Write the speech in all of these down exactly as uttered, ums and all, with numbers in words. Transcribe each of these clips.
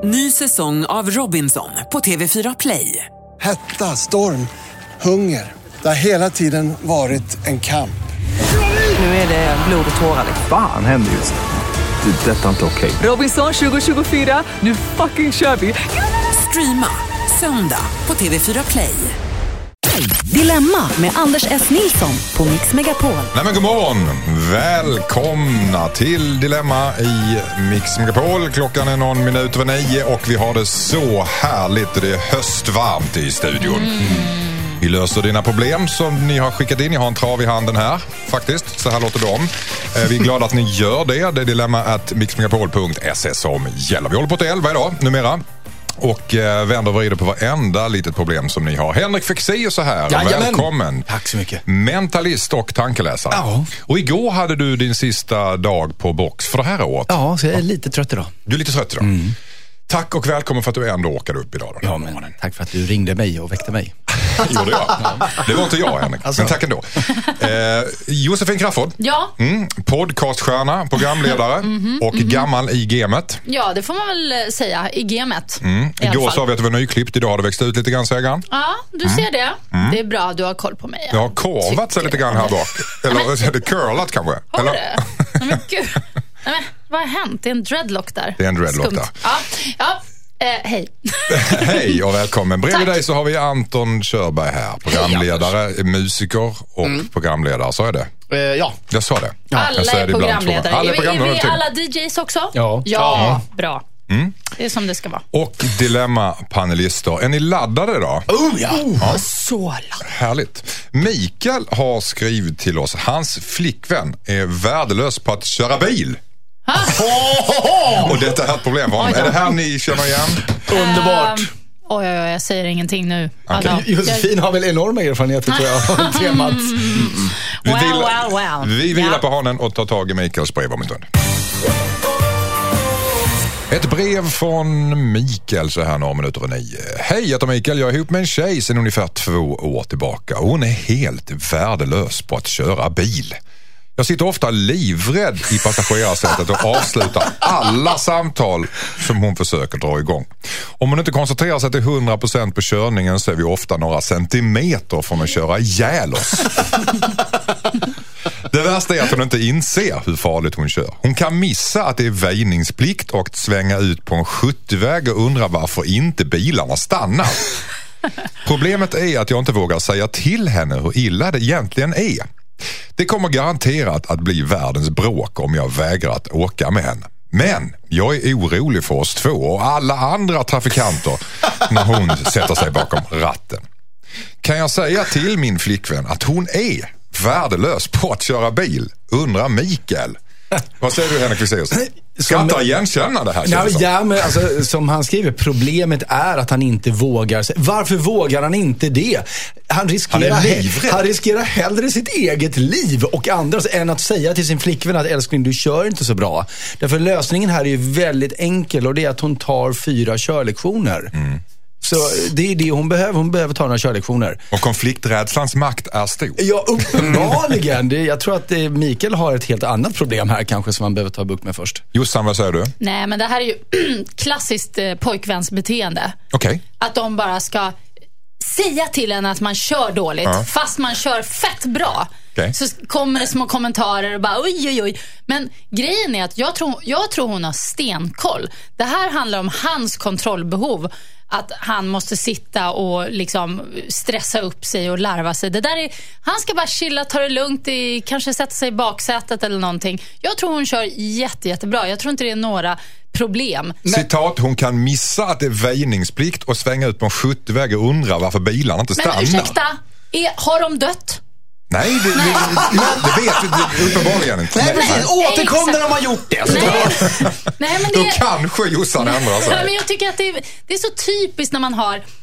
Ny säsong av Robinson på T V fyra Play. Hetta, storm, hunger. Det har hela tiden varit en kamp. Nu är det blod och tårar. Fan händer just det. Det är detta inte okej. Robinson tjugo tjugofyra, nu fucking kör vi. Streama söndag på T V fyra Play. Dilemma med Anders S. Nilsson på Mix Megapol. Nej men god morgon, välkomna till Dilemma i Mix Megapol. Klockan är någon minut över nio och vi har det så härligt. Det är höstvarmt i studion. Mm. Vi löser dina problem som ni har skickat in. Jag har en trav i handen här faktiskt, så här låter de. Vi är glada att ni gör det. Det är dilemma at mixmegapol punkt se som gäller. Vi håller på till elva idag numera. Och eh, vänder och vrider på varenda litet problem som ni har. Henrik Fexeus så här. Jajamän. Välkommen. Tack så mycket. Mentalist och tankeläsare. Ja. Och igår hade du din sista dag på box för det här året. Ja, så jag är lite trött idag. Du är lite trött idag. Mm. Tack och välkommen för att du ändå åkade upp idag. Då, ja, men tack för att du ringde mig och väckte mig. Gjorde jag. Det var inte jag, Henrik. Alltså. Men tack ändå. Eh, Josefin Crafoord. Ja. Mm, podcaststjärna, programledare mm-hmm, och mm-hmm. gammal i gamet. Ja, det får man väl säga. I gamet. Mm. Igår sa vi att det var nyklippt. Idag har det växt ut lite grann, säger han. Ja, du mm. ser det. Mm. Det är bra, du har koll på mig. Jag har korvat sig lite grann här bak. Eller är det curlat kanske? Har Eller? det? Nej, men gud. Nej, men, vad har hänt? Det är en dreadlock där. Det är en dreadlock Skumt. där. Ja, ja. Eh, hej. Hej och välkommen. Bredvid Tack. dig så har vi Anton Körberg här. Programledare, hej, musiker och mm. programledare. Så är det? Eh, ja. Jag sa det. Ja. Alla är programledare. Alla är, vi, är vi alla D Js också? Ja. Ja, ja. Bra. Mm. Det är som det ska vara. Och dilemma-panelister. Är ni laddade då? Oh, ja. Oh, ja. Så laddade. Härligt. Mikael har skrivit till oss. Hans flickvän är värdelös på att köra bil. Och detta är ett problem för honom. Är det här ni känner igen? Underbart. Um, oj, oj, oj, jag säger ingenting nu. Okay. Alltså, Josefin har väl enorma erfarenheter tror jag. Temat. Mm. Vi well, vilar, well, well. vi vilar ja. på hanen och tar tag i Mikaels brev om en stund. Ett brev från Mikael så här några minuter över nio. Hej, jag heter Mikael. Jag är ihop med en tjej sedan ungefär två år tillbaka. Hon är helt värdelös på att köra bil. Jag sitter ofta livrädd i passagerarsätet och avslutar alla samtal som hon försöker dra igång. Om hon inte koncentrerar sig till hundra procent på körningen så är vi ofta några centimeter från att köra ihjäl oss. Det värsta är att hon inte inser hur farligt hon kör. Hon kan missa att det är väjningsplikt och att svänga ut på en sjuttioväg och undra varför inte bilarna stannar. Problemet är att jag inte vågar säga till henne hur illa det egentligen är. Det kommer garanterat att bli världens bråk om jag vägrar att åka med henne. Men jag är orolig för oss två och alla andra trafikanter när hon sätter sig bakom ratten. Kan jag säga till min flickvän att hon är värdelös på att köra bil? Undrar Mikael. Vad säger du, Henrik Fexeus? Ska inte igenkänna det här? Ja, ja, men alltså, som han skriver, problemet är att han inte vågar. Varför vågar han inte det? Han riskerar, han, he- han riskerar hellre sitt eget liv och andras än att säga till sin flickvän att älskling, du kör inte så bra. Därför lösningen här är ju väldigt enkel och det är att hon tar fyra körlektioner. Mm. Så det är det hon behöver. Hon behöver ta några körlektioner. Och konflikträdslans makt är stor. Ja, uppenbarligen. Det, jag tror att det, Mikael har ett helt annat problem här kanske som man behöver ta bukt med först. Jossan, vad säger du? Nej, men det här är ju klassiskt eh, pojkvänsbeteende. Okej. Okay. Att de bara ska säga till en att man kör dåligt, uh-huh. fast man kör fett bra. Okay. Så kommer det små kommentarer och bara oj, oj, oj. Men grejen är att jag tror, jag tror hon har stenkoll. Det här handlar om hans kontrollbehov. Att han måste sitta och liksom stressa upp sig och larva sig. Det där är, han ska bara chilla, ta det lugnt, i, kanske sätta sig i baksätet eller någonting. Jag tror hon kör jätte, jättebra. Jag tror inte det är några problem. Men... Citat, hon kan missa att det är väjningsplikt och svänga ut på en sjuttioväg och undra varför bilarna inte stannar. Men ursäkta, är, har de dött? Nej, det, det, det, det vet vi uppenbarligen inte. Nej, precis. Återkom när de har gjort det. Nej. Nej, men det... Då kanske Jossan ändrar sig. Nej, men jag tycker att det är, det är så typiskt när man har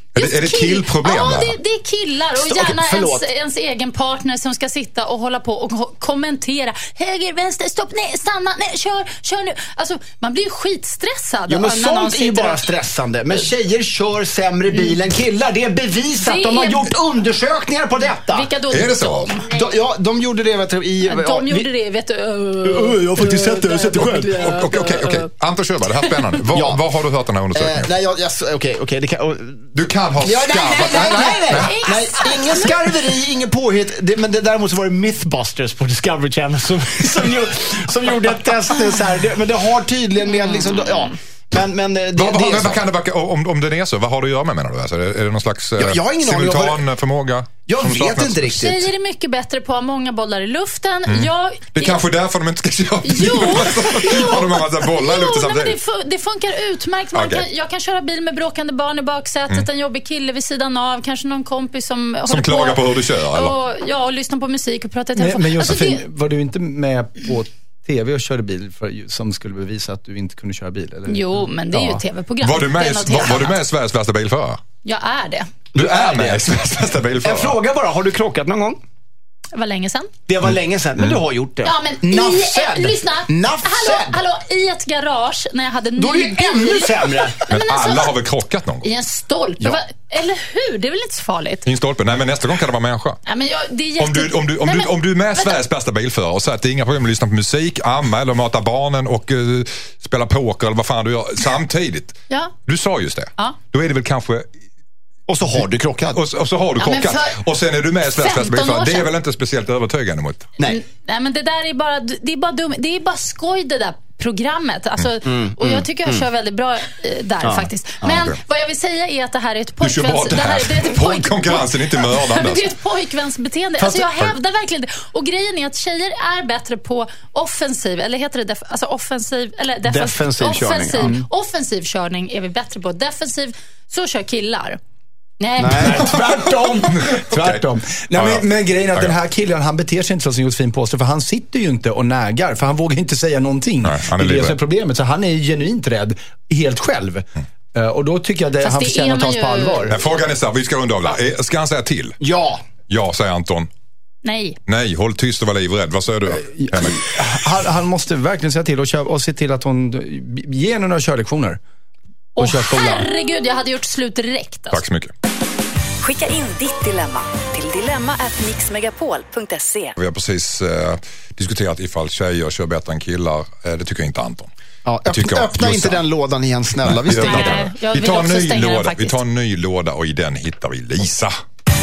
Är det, är det ett killproblem? Ja, där? det, det är killar och St- gärna okej, ens, ens egen partner som ska sitta och hålla på och ko- kommentera. Höger, vänster, stopp, nej, stanna, nej, kör, kör nu. Alltså, man blir ju skitstressad. Jo, men när någon sånt är ju sitter bara och- stressande. Men tjejer kör sämre bil än killar. Det är bevisat. Det De har är- gjort undersökningar på detta. Vilka då? Är det så? De, De, ja, de gjorde det vet du, i... de ja, gjorde vi, det, vet du. jag har faktiskt sett det, jag har sett det själv. Okej, okej, okej. Anton Körberg, det här är spännande. Var, Ja. var har du hört den här eh, undersökningen? nej, jag, jag, okej, okej, det kan... och- Du kan ha Ja, nej, skarvat... nej, nej, nej, nej, nej. Exakt. Ingen skarveri, ingen påhitt. Det, men det, däremot så var det Mythbusters på Discovery Channel som, som, gjorde, som gjorde ett test. Så här. Det, men det har tydligen med liksom, ja. Men, men det, Vad, det vad, är så. vad kan det vara, om, om den är så, vad har du att göra med, menar du? Alltså, är, det, är det någon slags eh, Jag- jag har ingen aning. Jag har- simultan förmåga? Jag som vet saknas? inte riktigt. Tjejer är mycket bättre på att ha många bollar i luften. Jag, Det är kanske är därför de inte ska köra bil. Jo, Har de en massa bollar i luften Jo, nej, men det, samtidigt? fu- det funkar utmärkt. Man Okej. kan, jag kan köra bil med bråkande barn i baksätet, en jobbig kille vid sidan av, kanske någon kompis som håller klagar på hur du kör, eller? Och, ja, och lyssnar på musik och pratar i telefon. Men, men Alltså, Josefin, det- var du inte med på tv och körde bil för, som skulle bevisa att du inte kunde köra bil? Eller? Jo, men det är ju Ja. ett tv-program. Var du Det med, är något var, helt var du annat. med i Sveriges värsta bilförare? Jag är det. Du är med i Sveriges värsta bilförare? En fråga bara, har du krockat någon gång? Det var länge sedan. Det var länge sedan, men du har gjort det. Ja, men Nuff i, said. eh, lyssna. Nuff Hallå, said. hallå, i ett garage när jag hade ny Då är det ju ännu bil. sämre. Men, men alltså- alla har väl krockat någon gång? I en stolpe. Ja. Va? Eller hur? Det är väl inte så farligt? I en stolpe? Nej, men nästa gång kan det vara människa. Ja, men jag, det är jätte... Om du, om, du, om, Nej, du, men- om du är med vänta. Sveriges bästa bilförare och säger att det är inga problem att lyssna på musik, amma eller mata barnen och uh, spela poker eller vad fan du gör samtidigt. Ja. Du sa just det. Ja. Då är det väl kanske... Och så har du krockat. Och, och så har du Ja, men krockat. för Och sen är du med i Sveriges bästa femton bilförare. år Det är sedan. väl inte speciellt övertygande mot... Nej. Nej, men det där är bara, det är bara dum, det är bara skoj det där programmet. Alltså, och jag tycker jag kör väldigt bra eh, där faktiskt. Men okej. vad jag vill säga är att det här är ett Du kör bra pojkväns... det här. det är ett pojk- Konkurrensen är inte mördande. Men det är ett pojkvänsbeteende. Alltså jag hävdar verkligen det. Och grejen är att tjejer är bättre på offensiv, eller heter det def, alltså offensiv, eller defens, Defensiv körning, offensiv, ja. Mm. offensiv körning är vi bättre på. Defensiv, så kör killar. Nej. Nej. Tvärtom. Tvärtom. Nej, Ja, ja. men, men grejen är att Ja, ja. den här killen, han beter sig inte så som Josefin påstår, för han sitter ju inte och nägar, för han vågar inte säga någonting. Nej, han är det är det som är livrädd. problemet. Så han är ju genuint rädd, helt själv. Uh, och då tycker jag att Fast han det förtjänar är att tas man på ju- allvar. Nej, frågan är så här, vi ska runda av där. Eh, Ska han säga till? Ja. Ja, säger Anton. Nej. Nej, håll tyst och var livrädd. Vad säger du? Henrik? Han, han måste verkligen säga till och, köra, och se till att hon ger henne några körlektioner. Och Åh kör skolan. herregud, jag hade gjort slut direkt. Alltså. Tack så mycket. Skicka in ditt dilemma till dilemma at mixmegapol punkt se. Vi har precis eh, diskuterat ifall tjejer kör bättre än killar. Eh, det tycker inte Anton. Ja, Jag tycker öppna öppna Jossan. inte den lådan igen, snälla. Vi Vi stänger öppnar Nej, den. jag Vi vill tar en också ny stänga den låda. Vi faktiskt. tar en ny låda och i den hittar vi Lisa.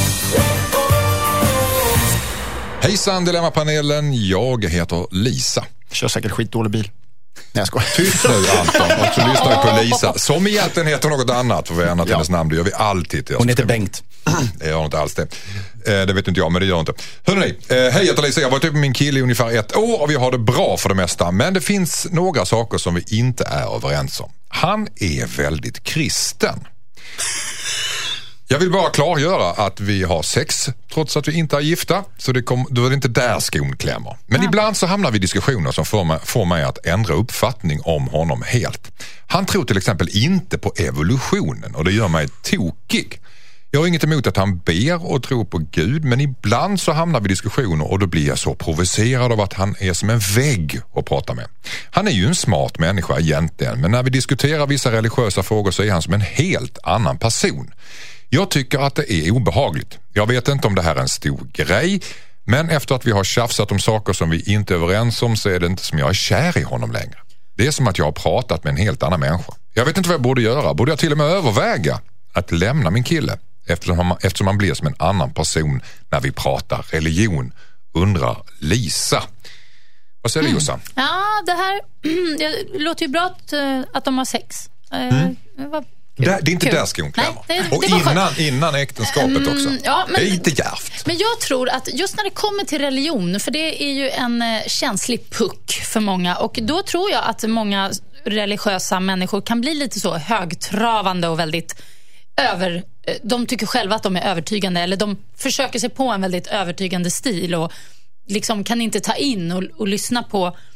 Hejsan Dilemmapanelen, jag heter Lisa. Kör säkert skitdålig bil. Nej, jag skojar. Tyst nu Anton, och så lyssnar vi på Lisa. Som egentligen heter något annat, för vi har ändrat hennes namn. Det gör vi alltid till oss. Hon heter Bengt. Det gör inte alls det. Eh, det vet inte jag, men det gör inte. Hörrni, eh, hej, jag heter Lisa. Jag har varit uppe med min kille i ungefär ett år och vi har det bra för det mesta. Men det finns några saker som vi inte är överens om. Han är väldigt kristen. Jag vill bara klargöra att vi har sex trots att vi inte är gifta. Så det, kom, då är det inte där skon klämmer. Men ja. Ibland så hamnar vi i diskussioner som får mig, får mig att ändra uppfattning om honom helt. Han tror till exempel inte på evolutionen och det gör mig tokig. Jag har inget emot att han ber och tror på Gud, men ibland så hamnar vi i diskussioner och då blir jag så provocerad av att han är som en vägg att prata med. Han är ju en smart människa egentligen, men när vi diskuterar vissa religiösa frågor så är han som en helt annan person. Jag tycker att det är obehagligt. Jag vet inte om det här är en stor grej, men efter att vi har tjafsat om saker som vi inte är överens om så är det inte som jag är kär i honom längre. Det är som att jag har pratat med en helt annan människa. Jag vet inte vad jag borde göra. Borde jag till och med överväga att lämna min kille eftersom man, eftersom man blir som en annan person när vi pratar religion, undrar Lisa. Vad säger du, Jossan? Ja, det här det låter ju bra att, eh, att de har sex. Mm. Det var Det, det är inte kul. där skon klämmer. Nej, det- och det var innan, skönt. innan äktenskapet Mm, också. ja, men- det är inte djärvt. Men jag tror att just när det kommer till religion, för det är ju en eh, känslig puck för många, och då tror jag att många religiösa människor kan bli lite så högtravande och väldigt över... eh, De tycker själva att de är övertygande, eller de försöker sig på en väldigt övertygande stil och liksom kan inte ta in och, och lyssna på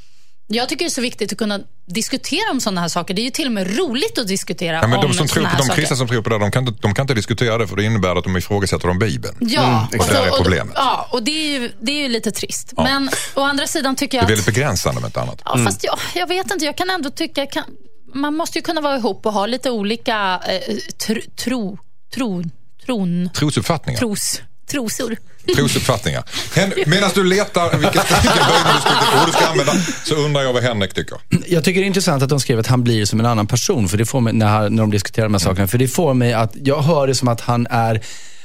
Jag tycker det är så viktigt att kunna diskutera om sådana här saker. Det är ju till och med roligt att diskutera ja, men om de som tror, här de saker. kristna som tror på det, de kan, inte, de kan inte diskutera det, för det innebär att de ifrågasätter om Bibeln. Ja, och det är problemet. Och, ja, och det är ju, det är ju lite trist. Ja. Men å andra sidan tycker jag att... Det är väldigt begränsande med ett annat. Ja, fast jag, jag vet inte, jag kan ändå tycka... Kan, man måste ju kunna vara ihop och ha lite olika eh, tro, tro, tro, tron... Trosuppfattningar. Tros, trosor. Trosuppfattningar. Medan du letar vilket ord du ska använda, så undrar jag vad Henrik tycker. Jag tycker det är intressant att de skrev att han blir som en annan person, för det får mig, när, när de diskuterar de här sakerna, för det får mig att, jag hör det som att han är,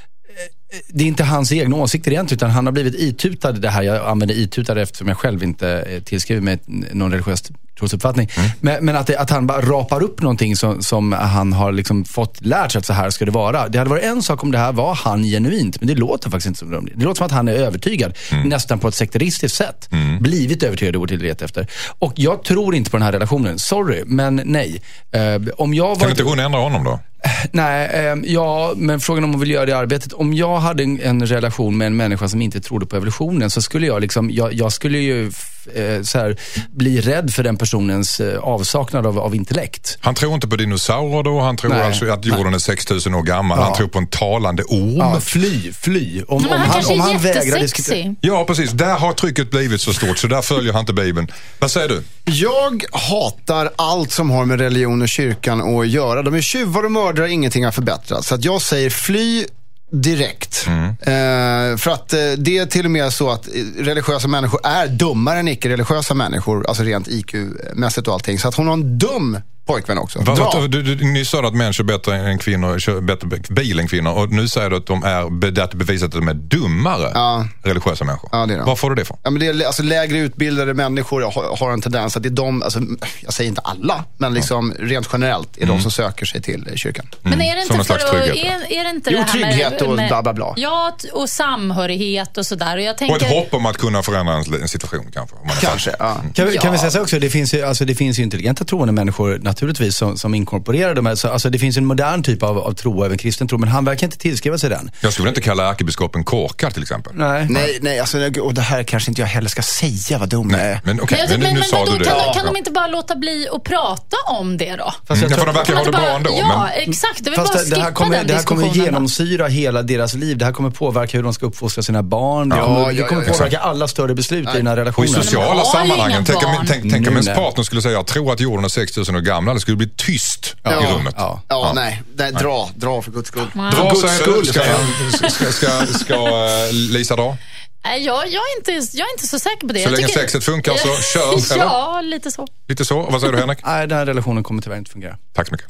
det är inte hans egna åsikter egentligen, utan han har blivit itutad det här, jag använder itutad eftersom jag själv inte tillskriver mig någon religiös trosuppfattning. Mm. Men, men att, det, att han bara rapar upp någonting som, som han har liksom fått lärt sig att så här ska det vara. Det hade varit en sak om det här var han genuint, men det låter faktiskt inte som det. Det låter som att han är övertygad, mm. nästan på ett sekteristiskt sätt. Mm. Blivit övertygad ord till rätt efter. Och jag tror inte på den här relationen. Sorry, men nej. Uh, om jag var... Kan inte hon ändra honom då? Nej, eh, ja, men frågan om hon vill göra det arbetet. Om jag hade en, en relation med en människa som inte trodde på evolutionen, så skulle jag liksom, jag, jag skulle ju eh, så här, bli rädd för den personens eh, avsaknad av, av intellekt. Han tror inte på dinosaurier då, han tror nej, alltså att jorden nej. är sex tusen år gammal, ja. Han tror på en talande orm. Ja, fly, fly. Om, men om han, han, om han vägrar diskutera. Ja, precis. Där har trycket blivit så stort, så där följer han inte Bibeln. Vad säger du? Jag hatar allt som har med religion och kyrkan att göra. De är tjuvar och mördare, ingenting har förbättrats. Så att jag säger fly direkt. Mm. Eh, för att eh, det är till och med så att religiösa människor är dummare än icke-religiösa människor, alltså rent I Q-mässigt och allting. Så att hon har en dum pojkvän också. Va, du, du, ni sa att män kör bättre än kvinnor, kör bättre bil än kvinnor, och nu säger du att de är det bevisat att de är dummare ja. religiösa människor. Ja, det är de. Vad får du det för? Ja, men det är, alltså, lägre utbildade människor har, har en tendens att det är de, alltså, jag säger inte alla, men liksom ja. rent generellt är mm. de som söker sig till kyrkan. Mm. Men är det inte, för att, är, är det, inte jo, det här trygghet med, och med, bla bla bla. Ja, och samhörighet och sådär. Och, jag tänker, och ett hopp om att kunna förändra en situation kanske. Om man kanske, ja. Mm. Kan, kan vi säga så också, det finns ju, alltså, det finns ju intelligenta troende människor naturligtvis som, som inkorporerar de här. Så, alltså, det finns en modern typ av, av tro, även kristen tro, men han verkar inte tillskriva sig den. Jag skulle inte kalla ärkebiskopen korkad till exempel. Nej, nej, nej alltså, och det här kanske inte jag heller ska säga vad dum är. Men okej, okay, men, men, nu men, sa men du det. Kan, ja, kan ja. de inte bara låta bli att prata om det då? Fast mm, för de verkar ha det bra ändå. Ja, men... exakt. Det, fast bara det, det här kommer, det här kommer genomsyra hela deras liv. Det här kommer påverka hur de ska uppfostra sina barn. Det kommer, ja, ja, det kommer ja, påverka alla större beslut nej. i den här relationen. Och i sociala sammanhangen, tänk om, tänk, tänk om ens partner skulle säga, jag tror att jorden är sex tusen år gammal, det skulle bli tyst ja. i rummet. Ja, ja. ja nej. nej, dra, dra för guds skull. Wow. Dra för skull, ska, ska, ska, ska, ska uh, Lisa dra? Nej, jag, jag, är inte, jag är inte så säker på det. Så jag länge tycker... sexet funkar så kör, ja, eller? lite så. Lite så. Och vad säger du, Henrik? Nej, den här relationen kommer tyvärr inte fungera. Tack så mycket.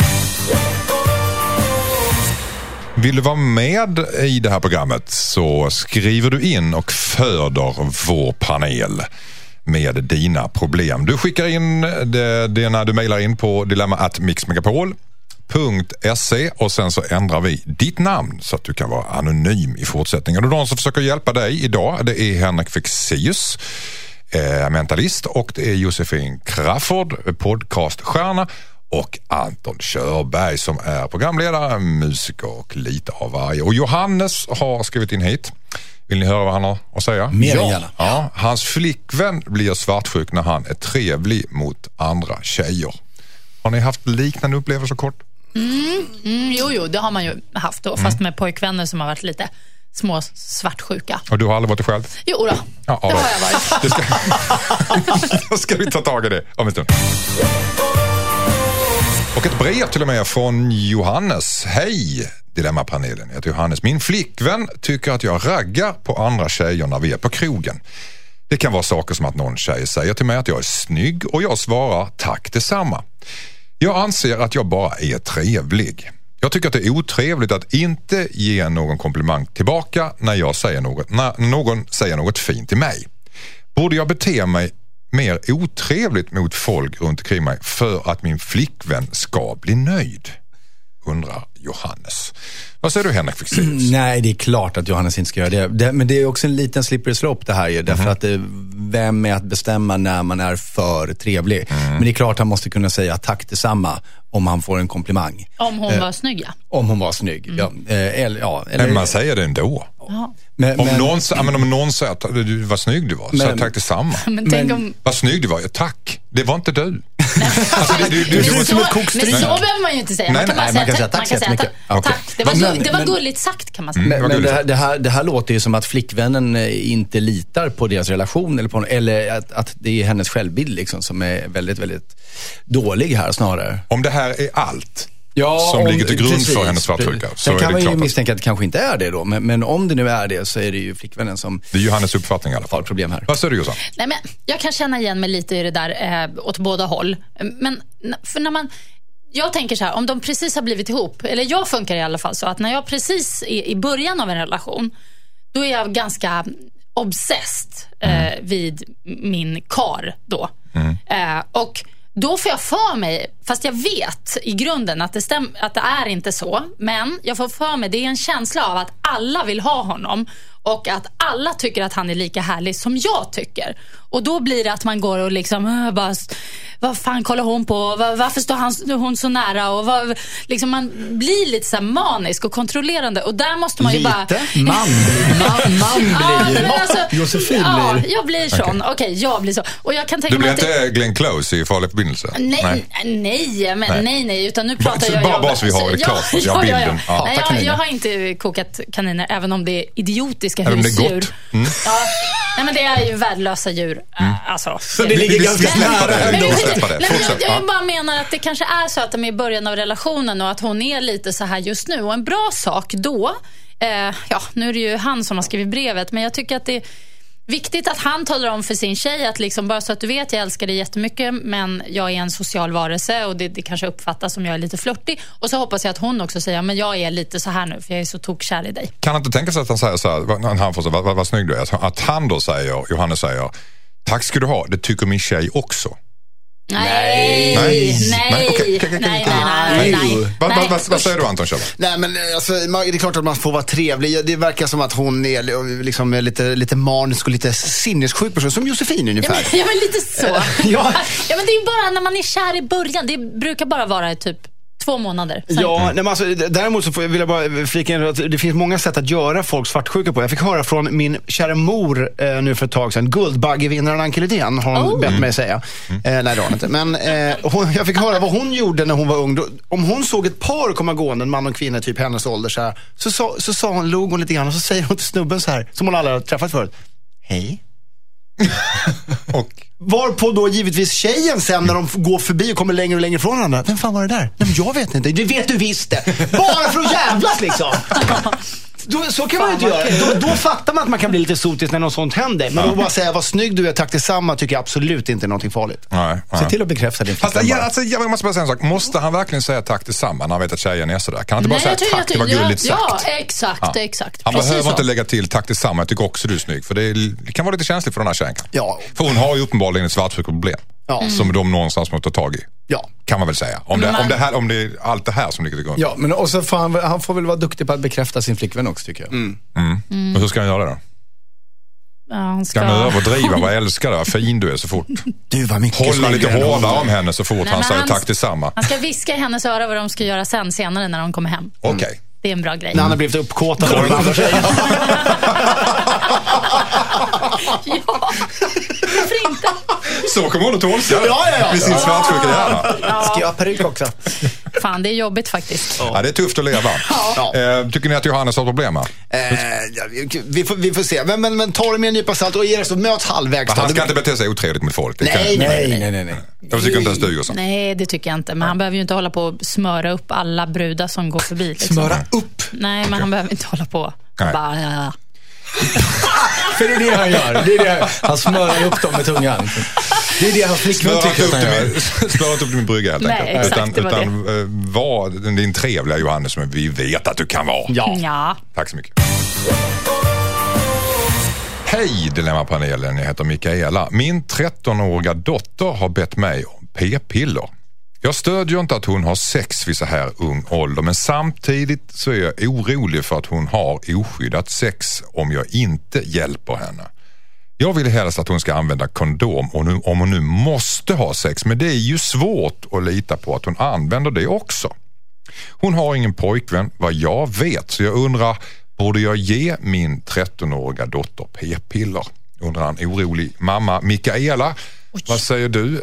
Vill du vara med i det här programmet så skriver du in och föder vår panel med dina problem. Du skickar in det, det när du mejlar in på dilemma at mixmegapol punkt se och sen så ändrar vi ditt namn så att du kan vara anonym i fortsättningen. Och de som försöker hjälpa dig idag, det är Henrik Fexeus, eh, mentalist, och det är Josefin Crafoord, podcaststjärna, och Anton Körberg som är programledare, musiker och lite av varje. Och Johannes har skrivit in hit. Vill ni höra vad han har att säga? Mer ja. gärna. Ja, hans flickvän blir svartsjuk när han är trevlig mot andra tjejer. Har ni haft liknande upplevelser kort? Mm, mm, jo, jo, det har man ju haft då, fast med pojkvänner som har varit lite små svartsjuka. Och du har aldrig varit det själv? Jo då, ja, det har jag varit. Det ska... Då ska vi ta tag i det om en stund. Och ett brev till och med från Johannes. Hej, Dilemmapanelen. Jag heter Johannes. Min flickvän tycker att jag raggar på andra tjejer när vi är på krogen. Det kan vara saker som att någon tjej säger till mig att jag är snygg och jag svarar tack detsamma. Jag anser att jag bara är trevlig. Jag tycker att det är otrevligt att inte ge någon komplimang tillbaka när jag säger något, när någon säger något fint till mig. Borde jag bete mig mer otrevligt mot folk runt omkring mig för att min flickvän ska bli nöjd? Undrar Johannes. Vad säger du, Henrik Fexeus? Nej, det är klart att Johannes inte ska göra det. det men det är också en liten slippery slope det här ju. Därför mm. att det, vem är att bestämma när man är för trevlig? Mm. Men det är klart han måste kunna säga tack detsamma om han får en komplimang. Om hon eh, var snygg, ja. Om hon var snygg, mm. ja. Eh, eller, ja eller, men man säger det ändå. Ja. Men, om, men, någon, men om någon säger att du var snygg du var, men, så tack detsamma. Men tänk om... Vad snygg du var, ja, tack. Det var inte du. Alltså, det, du, du, du men, så, men så behöver man ju inte säga. Nej, man kan bara nej, säga, man kan säga tack, säga, tack. tack. Okay. Det var, men, det var men, gulligt sagt kan man säga. Men, men det, här, det, här, det här låter ju som att flickvännen inte litar på deras relation eller, på, eller att, att det är hennes självbild liksom, som är väldigt, väldigt dålig här snarare. Om det här är allt ja, som om, ligger till grund precis, för hennes svartsjuka. Så sen kan är man ju att... misstänka att det kanske inte är det då. Men, men om det nu är det så är det ju flickvännen som... Det är ju hennes uppfattning i alla fall. Har problem här. Vad säger du, Jossan? Nej, men jag kan känna igen mig lite i det där eh, åt båda håll. Men för när man... Jag tänker så här, om de precis har blivit ihop, eller jag funkar i alla fall så att när jag precis är i början av en relation, då är jag ganska obsessed eh, mm. vid min kar då. Mm. Eh, och då får jag för mig, fast jag vet i grunden att det, stäm, att det är inte så, men jag får för mig, det är en känsla av att alla vill ha honom och att alla tycker att han är lika härlig som jag tycker. Och då blir det att man går och liksom bara, vad fan kollar hon på? Var, varför står han, hon så nära? Och vad, liksom man blir lite så här manisk och kontrollerande. Och där måste man ju lite? bara... Man blir man, man blir ja, alltså, Josefin ja, blir... jag blir sån. Okej, okay, jag blir så. Och jag kan tänka du blir mig inte det... Glenn Close i Farlig förbindelse? Nej, nej, nej, men, nej. nej, nej utan nu pratar bara, jag... Bara, bara så vi har det klart, ja, ja, bilden. Ja, ja. Ja. Nej, jag, jag har inte kokat kaniner, även om det är idiotiska även husdjur. Det är gott. Mm. Ja, nej, men det är ju värdelösa djur. Mm. Alltså, så det ligger ganska nära ändå. Jag bara menar att det kanske är så att de är i början av relationen och att hon är lite så här just nu. Och en bra sak då, eh, ja, nu är det ju han som har skrivit brevet, men jag tycker att det är viktigt att han talar om för sin tjej att liksom, bara så att du vet, jag älskar dig jättemycket, men jag är en social varelse och det, det kanske uppfattas som jag är lite flörtig. Och så hoppas jag att hon också säger, men jag är lite så här nu för jag är så tokkär i dig. Kan han inte tänka sig att han säger så här, han får så, vad, vad, vad snygg du är, att han då säger, Johannes säger, tack ska du ha, det tycker min tjej också. Nej, nej, nej, okay, okay, okay, nej, nej, nej, nej. Vad va, va, va säger du, Anton Kjell? Nej, men alltså, det är klart att man får vara trevlig. Det verkar som att hon är liksom lite, lite manisk och lite sinnessjuk person, som Josefin ungefär. Ja, men, ja, men lite så. ja. ja, men det är ju bara när man är kär i början. Det brukar bara vara typ två månader. Sen. Ja, nej, men alltså, däremot så vill jag bara flika in att det finns många sätt att göra folk svartsjuka på. Jag fick höra från min kära mor eh, nu för ett tag sedan. Guldbaggevinnaren Anke Lidén har hon oh. bett mig säga. Mm. Eh, nej, det har hon inte. Men eh, hon, jag fick höra vad hon gjorde när hon var ung. Då, om hon såg ett par komma gående, en man och kvinna typ hennes ålder så här, så, så, så sa hon, log hon lite grann och så säger hon till snubben så här, som hon aldrig har träffat förut. Hej. och varpå då givetvis tjejen sen när de går förbi och kommer längre och längre från varandra. Vem fan var det där? Nej, men jag vet inte. Det vet du visst det. Bara för att jävlas liksom. Då, så kan fan, man ju inte göra. Då, då fattar man att man kan bli lite sotisk när något sånt händer. Men ja. Då bara säga vad snygg du är, tack detsamma, tycker jag absolut inte är någonting farligt. Nej, nej. Se till att bekräfta din Fast, ja, alltså, jag måste bara säga en sak. Måste han verkligen säga tack detsamma när han vet att tjejen är sådär? Kan han inte bara nej, säga tack, det var gulligt ja, sagt? Ja, exakt, ja. exakt. Han precis behöver så. Inte lägga till tack detsamma, jag tycker också du är snygg. För det, är, det kan vara lite känsligt för den här tjejen. Ja. För hon har ju uppenbarligen ett svartsjukeproblem. Ja. Mm. Som de någonstans måste ta tag i. Ja. Kan man väl säga. Om det, man... om det, här, om det är allt det här som ligger till grund. Ja, men och så får han, han får väl vara duktig på att bekräfta sin flickvän också, tycker jag. Mm. Mm. Mm. Och hur ska han göra det då? Ja, han ska... Ska han överdriva vad älskar du, vad fin du är så fort. Du var mycket hålla lite hårdare om henne så fort. Nej, han säger han, tack detsamma. Han ska viska i hennes öra vad de ska göra sen senare när de kommer hem. Okej. Okay. Det är en bra grej. När han har blivit uppkåtad av de andra tjejerna. Ja, varför inte? Så kommer hon att tolka ja, ja, ja. med sin svartsjuka hjärna. Ja. Ska jag ha peruk också? Fan, det är jobbigt faktiskt. Ja, det är tufft att leva. Ja. Eh, tycker ni att Johannes har problem här? Eh, ja, vi, får, vi får se. Men, men, men ta det med en nypa salt och ge det så möts halvvägs. Han ska inte bete sig otrevligt mot folk. Det nej, kan... nej, nej, nej, nej, nej. Jag tycker inte ens du, Jossan. Nej, det tycker jag inte. Men han behöver ju inte hålla på och smöra upp alla brudar som går förbi. Liksom. Smöra upp? Nej, men okay. Han behöver inte hålla på. Bara, ja. För det är det han gör. Det är det. Han smörar upp dem med tungan. Det är det han flickvän tycker att han gör. Smöra inte upp din brygga helt Nej, enkelt. exakt, utan utan uh, var din trevliga Johannes som vi vet att du kan vara. Ja. ja. Tack så mycket. Hej Dilemmapanelen, jag heter Mikaela. Min trettonåriga dotter har bett mig om p-piller. Jag stödjer inte att hon har sex vid så här ung ålder, men samtidigt så är jag orolig för att hon har oskyddat sex om jag inte hjälper henne. Jag vill helst att hon ska använda kondom och nu, om hon nu måste ha sex, men det är ju svårt att lita på att hon använder det också. Hon har ingen pojkvän vad jag vet, så jag undrar, Borde jag ge min trettonåriga dotter p-piller? Undrar en orolig mamma. Mikaela, oj. Vad säger du,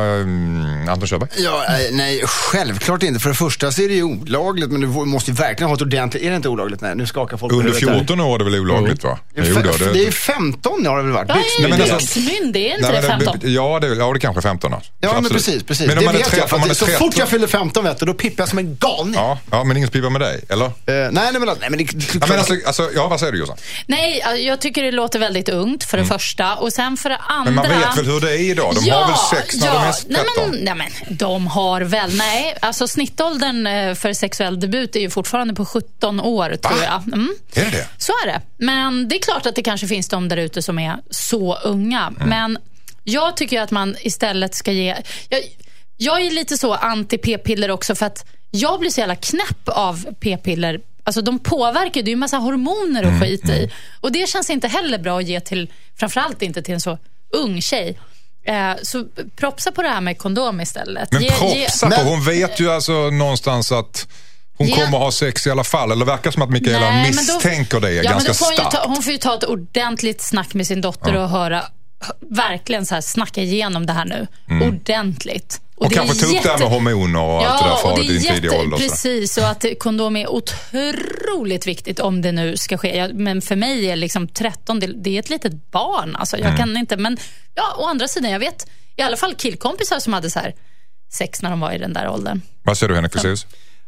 eh, Anton Sjöberg? Ja, nej, självklart inte. För det första så är det ju olagligt, men du måste ju verkligen ha ett ordentligt... Är det inte olagligt? Nej, nu skakar folk. Under fjorton år är det väl olagligt, va? Det är, f- det är femton år har det väl varit. Ja, det är ju byxmynd, det är inte nej, det femton. Ja, det är, ja, det är kanske femton år. Ja, absolut. Men precis, precis. Men det man vet tre, jag, för man så tretton... fort jag fyller femton, vet du, då pippar jag som en galning. Ja, ja, men ingen pippar med dig, eller? Uh, nej, nej, men, nej, men det... Ja, men alltså, alltså, ja, vad säger du, Jossan? Nej, jag tycker det låter väldigt ungt, för det mm. första. Och sen för det andra... Men man vet väl hur det är idag? De ja, har väl sex när ja, de är tretton? Nej men, nej men, de har väl... Nej, alltså snittåldern för sexuell debut är ju fortfarande på sjutton år, tror Va? jag. Mm. Är det det? Så är det. Men det är klart att det kanske finns de där ute som är så unga. Mm. Men jag tycker att man istället ska ge... Jag, jag är lite så anti-p-piller också, för att jag blir så jävla knäpp av p-piller. Alltså de påverkar, det är ju en massa hormoner och mm, skit i. Och det känns inte heller bra att ge till, framförallt inte till en så ung tjej. Eh, så propsa på det här med kondom istället. Men ge, propsa ge, på, hon vet ju alltså någonstans att hon ja. kommer ha sex i alla fall. Eller verkar som att Mikaela Nej, misstänker då, det är ja, ganska starkt. Hon, ta, hon får ju ta ett ordentligt snack med sin dotter ja. och höra, verkligen så här, snacka igenom det här nu. Mm. Ordentligt. Och, och kanske ta upp jätte... det här med hormoner och ja, allt det där för det din jätte... tidiga ålder. Precis, och att kondom är otroligt viktigt om det nu ska ske. Jag, men för mig är liksom tretton, det, det är ett litet barn. Alltså, jag mm. kan inte, men ja, å andra sidan, jag vet i alla fall killkompisar som hade så här sex när de var i den där åldern. Vad säger du, Henrik Fexeus?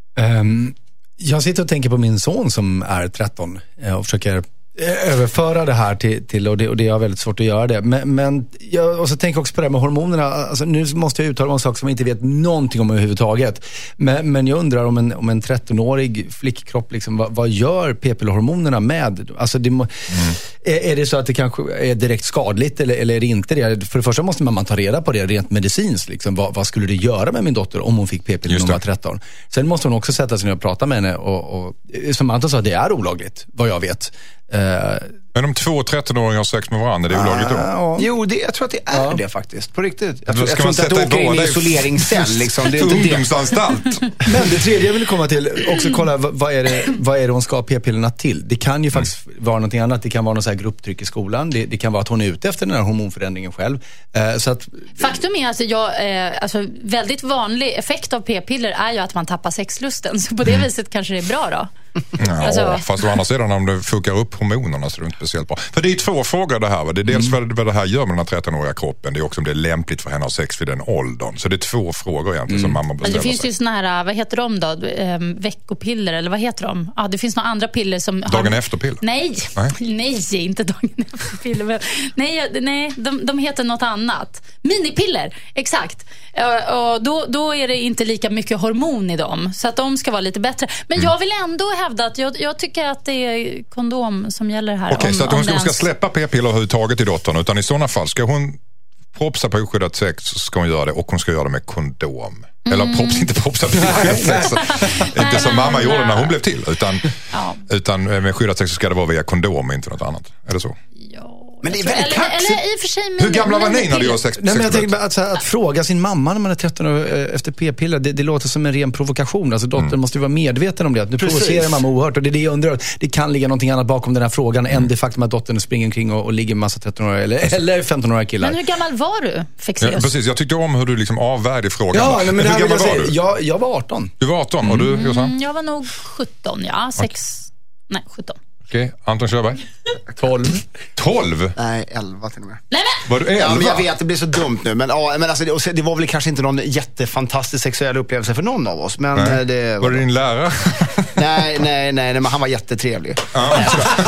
Um, jag sitter och tänker på min son som är tretton och försöker överföra det här till, till och, det, och det är väldigt svårt att göra det. Men, men jag, och så tänker jag också på det här med hormonerna. Alltså, nu måste jag uttala en sak som jag inte vet någonting om överhuvudtaget. Men, men jag undrar om en, om en tretton-årig flickkropp, liksom, vad, vad gör p-pillerhormonerna med? Alltså, det må, mm. är, är det så att det kanske är direkt skadligt eller, eller är det inte det? För det första måste man ta reda på det rent medicinskt. Liksom. Vad, vad skulle det göra med min dotter om hon fick p-piller när hon var tretton? Sen måste hon också sätta sig ner och prata med henne. Och, och, som Anton sa, det är olagligt, vad jag vet. Men om två tretton-åringar har sex med varandra, det är olagligt då? Ah, jo, det, jag tror att det är ja. det faktiskt, på riktigt. Jag tror, jag tror inte att du åker in i isoleringscell. Liksom. Det är inte ungdomsanstalt. Men det tredje jag vill komma till, också kolla vad är det, vad är det hon ska ha p-pillerna till? Det kan ju faktiskt mm. vara någonting annat. Det kan vara någon så här grupptryck i skolan. Det, det kan vara att hon är ute efter den här hormonförändringen själv. Uh, så att, Faktum är att jag, eh, alltså, väldigt vanlig effekt av p-piller är ju att man tappar sexlusten. Så på det mm. viset kanske det är bra då. Ja, alltså. Fast å andra sidan om det fuckar upp hormonerna så är det inte speciellt bra. För det är två frågor det här. Va? Det är dels mm. vad det här gör med den här tretton-åriga kroppen. Det är också om det är lämpligt för henne att ha sex vid den åldern. Så det är två frågor egentligen mm. som mamma bestämmer sig. Det finns sig. ju såna här, vad heter de då? Ehm, veckopiller eller vad heter de? Ja, det finns några andra piller som... Dagen har... efter-piller? Nej, nej, nej, inte dagen efter-piller. Men... Nej, nej de, de heter något annat. Minipiller, exakt. Och då, då är det inte lika mycket hormon i dem. Så att de ska vara lite bättre. Men mm. jag vill ändå hävda att jag, jag tycker att det är kondom som gäller här. Okej, okay, så att hon ska, ens... ska släppa p-piller överhuvudtaget i dottern. Utan i sådana fall ska hon propsa på oskyddat sex så ska hon göra det. Och hon ska göra det med kondom. Mm. Eller props, inte propsa på oskyddat sex. Inte som mamma gjorde när hon blev till. Utan, ja. utan med skyddat sex så ska det vara via kondom, inte något annat. Är det så? Ja. Men det är väldigt eller, eller i och för sig, Hur gamla var ni när du var sex? Nej, men jag tänker att, att fråga sin mamma när man är tretton år efter p-piller, det, det låter som en ren provokation. Alltså dottern mm. måste ju vara medveten om det. Att nu Precis. provocerar mamma oerhört. Och det är det jag undrar. Det kan ligga någonting annat bakom den här frågan mm. än det faktum att dottern springer omkring och, och ligger med massa tretton-åriga eller, eller femton-åriga killar. Men hur gammal var du, Fexeus? Ja, precis, jag tyckte om hur du liksom avvärde frågan. Ja, men hur gammal var du? Jag, jag var arton. Du var arton, och du, Jossan? Mm, jag var nog sjutton, ja. Sex... Okay. Nej, sjutton. Okej, okay. Anton Sjöberg? tolv. tolv? Nej, elva till och med. Nej, men. Var du elva? Ja, men jag vet, det blir så dumt nu. Men, ja, men alltså, det, det var väl kanske inte någon jättefantastisk sexuell upplevelse för någon av oss. Men nej. det, var det din lärare? nej, nej, nej, nej, men han var jättetrevlig. Ja.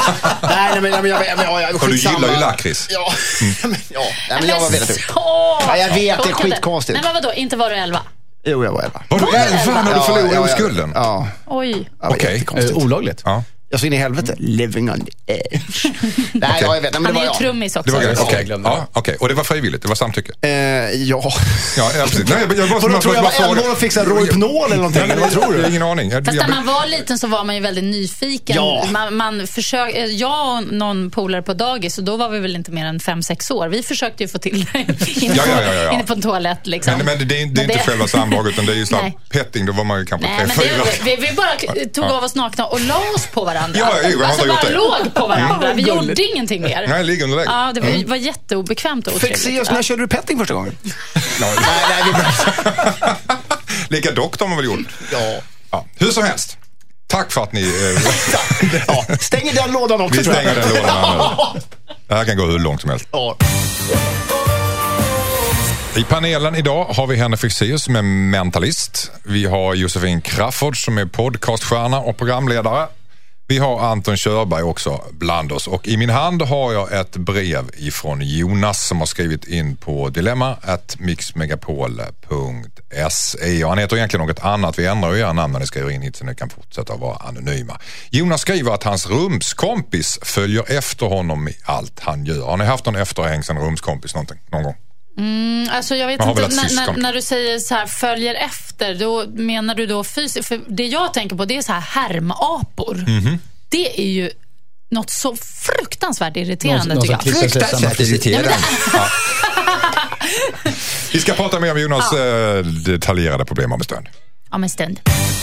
nej, nej, men jag... jag, jag, jag och du gillar ju lakrits. Ja, mm. men, ja nej, men jag var väldigt... Ja, jag vet, det är skitkonstigt. Nej, men vadå, inte var du elva? Jo, jag var elva. Var du elva när du förlorade ja, oskulden? Ja. Oj. Okej. Okay. Uh, olagligt. Ja. Jag så in i helvete. Living on the edge. Nej, okay. jag vet inte. Men han det är ju trummis också. Okej, okay. okay. ja, okay. Och det var frivilligt? Det var samtycke? Eh, ja. Ja, precis. Nej, jag, jag, jag, jag tror jag var elva och fixade Rohypnol eller någonting. Nej, vad tror du? Jag har ingen aning. Jag, Fast när man var liten så var man ju väldigt nyfiken. Ja. Man, man försök, jag och någon polare på dagis, och då var vi väl inte mer än fem sex år. Vi försökte ju få till det inne, ja, ja, ja, ja. inne på en toalett. Liksom. Men, men det, det är, det är inte det... själva samlag, utan det är ju sån petting. Då var man ju kanske tre, fyra. Vi, vi bara tog ja. av oss nakna och la oss på varandra. varandra. Ja, jag, jag alltså bara låg på varandra. Vi Gulligt. gjorde ingenting mer. Nej, ligger under lägg. Ja, det var, var jätteobekvämt och otrevligt. Fick se oss när körde du petting första gången? nej, nej, lika dock har man väl gjort. Ja. Ja. Hur som helst. Tack för att ni... Eh, ja, stänger den lådan också. Vi stänger den lådan nu. Det här kan gå hur långt som helst. Ja. I panelen idag har vi Henrik Fexeus som är mentalist. Vi har Josefin Crafoord som är podcaststjärna och programledare. Vi har Anton Körberg också bland oss. Och i min hand har jag ett brev ifrån Jonas som har skrivit in på dilemma at mixmegapol punkt se. Och han heter egentligen något annat. Vi ändrar ju era namn när ni skriver in hit så ni kan fortsätta vara anonyma. Jonas skriver att hans rumskompis följer efter honom i allt han gör. Har ni haft någon efterhängsen rumskompis någonting, någon gång? Mm, alltså jag vet inte, när, när, när du säger så här följer efter, då menar du då fysiskt? För det jag tänker på, det är så här härmapor. Mm-hmm. Det är ju något så fruktansvärt irriterande, någon, tycker jag. Fruktansvärt irriterande. Ja. Vi ska prata mer om Jonas ja. detaljerade problem om en stund. Om en stund.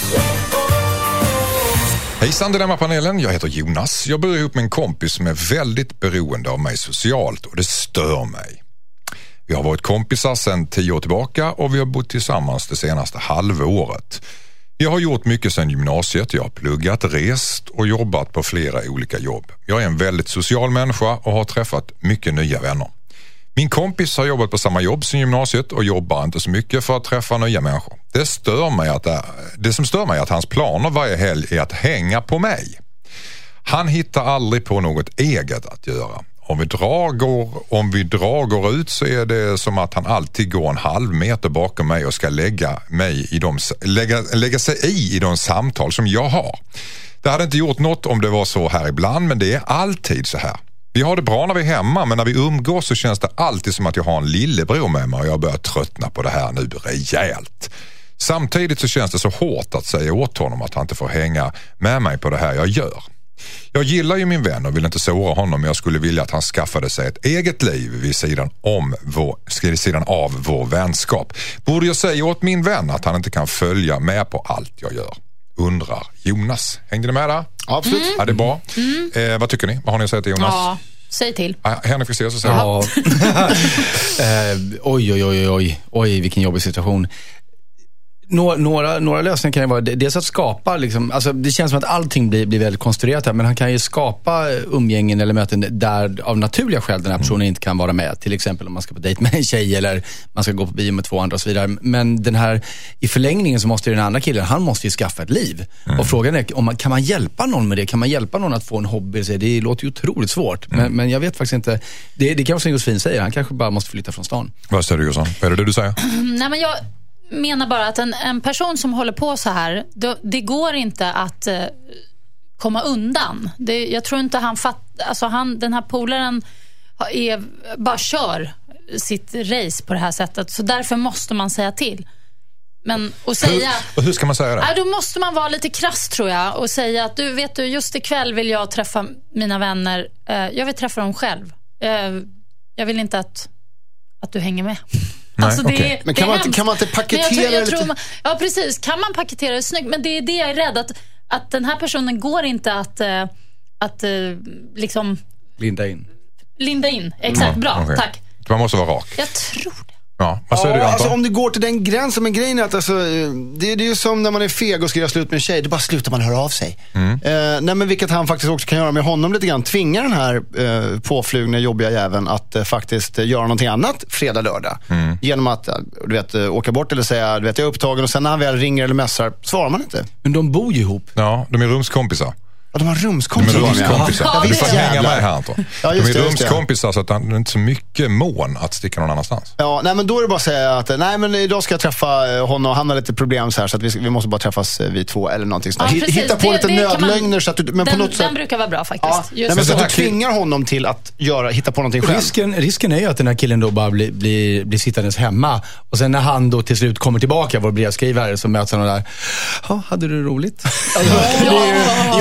Hejsan Dilemma-panelen, jag heter Jonas. Jag bor ihop med en kompis som är väldigt beroende av mig socialt och det stör mig. Vi har varit kompisar sedan tio år tillbaka och vi har bott tillsammans det senaste halvåret. Jag har gjort mycket sedan gymnasiet. Jag har pluggat, rest och jobbat på flera olika jobb. Jag är en väldigt social människa och har träffat mycket nya vänner. Min kompis har jobbat på samma jobb som gymnasiet och jobbar inte så mycket för att träffa nya människor. Det stör mig att det, det som stör mig är att hans planer varje helg är att hänga på mig. Han hittar aldrig på något eget att göra. Om vi, drar, går, om vi drar går ut så är det som att han alltid går en halv meter bakom mig och ska lägga, mig i de, lägga, lägga sig i i de samtal som jag har. Det hade inte gjort något om det var så här ibland, men det är alltid så här. Vi har det bra när vi är hemma, men när vi umgås så känns det alltid som att jag har en lillebror med mig och jag börjar tröttna på det här nu rejält. Samtidigt så känns det så hårt att säga åt honom att han inte får hänga med mig på det här jag gör. Jag gillar ju min vän och vill inte såra honom, men jag skulle vilja att han skaffade sig ett eget liv vid sidan, om vår, vid sidan av vår vänskap. Borde jag säga åt min vän att han inte kan följa med på allt jag gör? Undrar Jonas. Hängde ni med där? Absolut. Mm. Ja, det är bra. Mm. Eh, vad tycker ni? Vad har ni att säga till Jonas? Ja, säg till. Ah, Henrik Fexeus, så säger ja. eh, Oj, oj, oj, oj. Oj, vilken jobbig situation. Några, några, några lösningar kan ju vara dels att skapa liksom, alltså det känns som att allting blir, blir väldigt konstruerat här, men han kan ju skapa umgängen eller möten där av naturliga skäl den här personen mm. inte kan vara med, till exempel om man ska på dejt med en tjej eller man ska gå på bio med två andra och så vidare, men den här i förlängningen så måste ju den andra killen, han måste ju skaffa ett liv mm. och frågan är, om man, kan man hjälpa någon med det? Kan man hjälpa någon att få en hobby? Så det låter ju otroligt svårt, mm. men, men jag vet faktiskt inte, det, det kan vara som Josefin säger, han kanske bara måste flytta från stan. Vad säger du, Jossan? Är det det du säger? Nej, men jag menar bara att en, en person som håller på så här, då, det går inte att eh, komma undan. Det, jag tror inte han fatt, alltså han, den här polaren är, bara kör sitt race på det här sättet. Så därför måste man säga till. Men och säga, hur, och hur ska man säga det? Ja, då måste man vara lite krass, tror jag, och säga att du vet du, just ikväll vill jag träffa mina vänner. Eh, jag vill träffa dem själv. Eh, jag vill inte att, att du hänger med. Nej, alltså det, okay. Men kan man, inte, kan man inte paketera jag tror, jag lite? tror man, ja, precis. Kan man paketera det snyggt? Men det är det jag är rädd att, att den här personen går inte att, att liksom linda in. Linda in, exakt, mm, bra, okay. Tack. Man måste vara rak. Jag tror det. Ja, vad säger ja, du, Anton? Alltså, om det går till den gränsen, men grejen är att alltså, det, det är ju som när man är feg och ska göra slut med en tjej, det bara slutar man höra av sig. Mm. Eh, nej, men vilket han faktiskt också kan göra med honom lite grann. Tvinga den här eh, påflugna, jobbiga jäveln att eh, faktiskt eh, göra någonting annat fredag, lördag. Mm. Genom att eh, du vet, eh, åka bort eller säga, du vet, jag är upptagen, och sen när han väl ringer eller mässar, svarar man inte. Men de bor ju ihop. Ja, de är rumskompisar. Ja, de har rumskompisar. De är rumskompisar. Ja, du får hänga med här, Anton. Ja, de är det, rumskompisar så att han är inte så mycket mån att sticka någon annanstans. Ja, nej, men då är det bara att säga att nej, men idag ska jag träffa honom och han har lite problem så här, så att vi, vi måste bara träffas vi två eller någonting sånt. Ja, hitta på det, lite det nödlögner man, så att du, men den, på något sätt. Den brukar vara bra faktiskt. Ja, Just nej, men så att du tvingar honom till att göra, hitta på någonting själv. Risken, risken är ju att den här killen då bara blir, blir, blir sittandes hemma, och sen när han då till slut kommer tillbaka, vår brevskrivare, så möts han och där, ja, hade du roligt? Alltså, ja, det är ju det, är det jag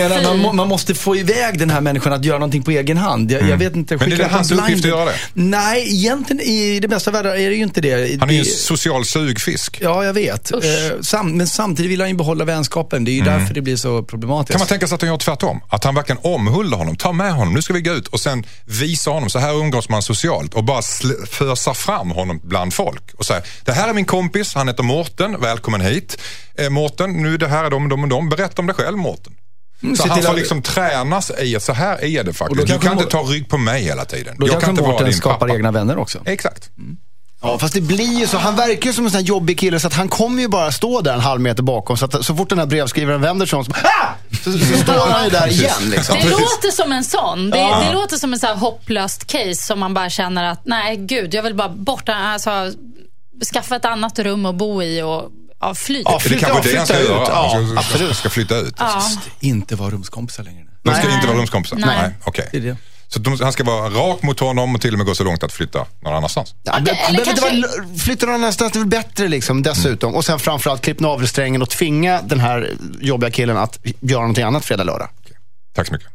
menar, man, må, man måste få iväg den här människan att göra någonting på egen hand. Jag, mm. jag vet inte. Men det är det hans uppgift att göra det? Nej, egentligen i det bästa världen är det ju inte det. Han är ju det, social sugfisk. Ja, jag vet. Eh, sam, men samtidigt vill han ju behålla vänskapen. Det är ju mm. därför det blir så problematiskt. Kan man tänka sig att han gör tvärtom? Att han verkligen omhuldar honom, tar med honom, nu ska vi gå ut och sen visa honom, så här umgås man socialt och bara sl- fösa fram honom bland folk och säga, det här är min kompis, han heter Mårten, välkommen hit. Eh, Mårten, nu det här är de och de och de, berätta om dig själv, Mårten. Mm, så han får liksom tränas i att så här är det faktiskt. Du kan inte ta rygg på mig hela tiden. Då jag kan inte vara din skapar pappa. Egna vänner också. Exakt. Mm. Ja, fast det blir ju så. Han verkar ju som en sån här jobbig kille så att han kommer ju bara stå där en halv meter bakom. Så att så fort den här brevskrivaren vänder sig om så, ah! så, så står han ju där igen. Liksom. Det låter som en sån. Det, ja. det låter som en sån här hopplöst case som man bara känner att nej gud, jag vill bara bort, alltså, skaffa ett annat rum att bo i och ja, fly. Ja, det kanske det han ska göra. Ja, han ska, ska, ska flytta ut. Ja. Inte vara rumskompisar längre. De ska nej. inte vara rumskompisar? Nej. Nej, okej. Okay. Det Så de, han ska vara rak mot honom och till och med gå så långt att flytta någon annanstans. Ja, det, det, det, kanske... var, flytta någon annanstans, det är väl bättre liksom, dessutom. Mm. Och sen framförallt klippa navelsträngen och tvinga den här jobbiga killen att göra någonting annat fredag, lördag. Okay. Tack så mycket.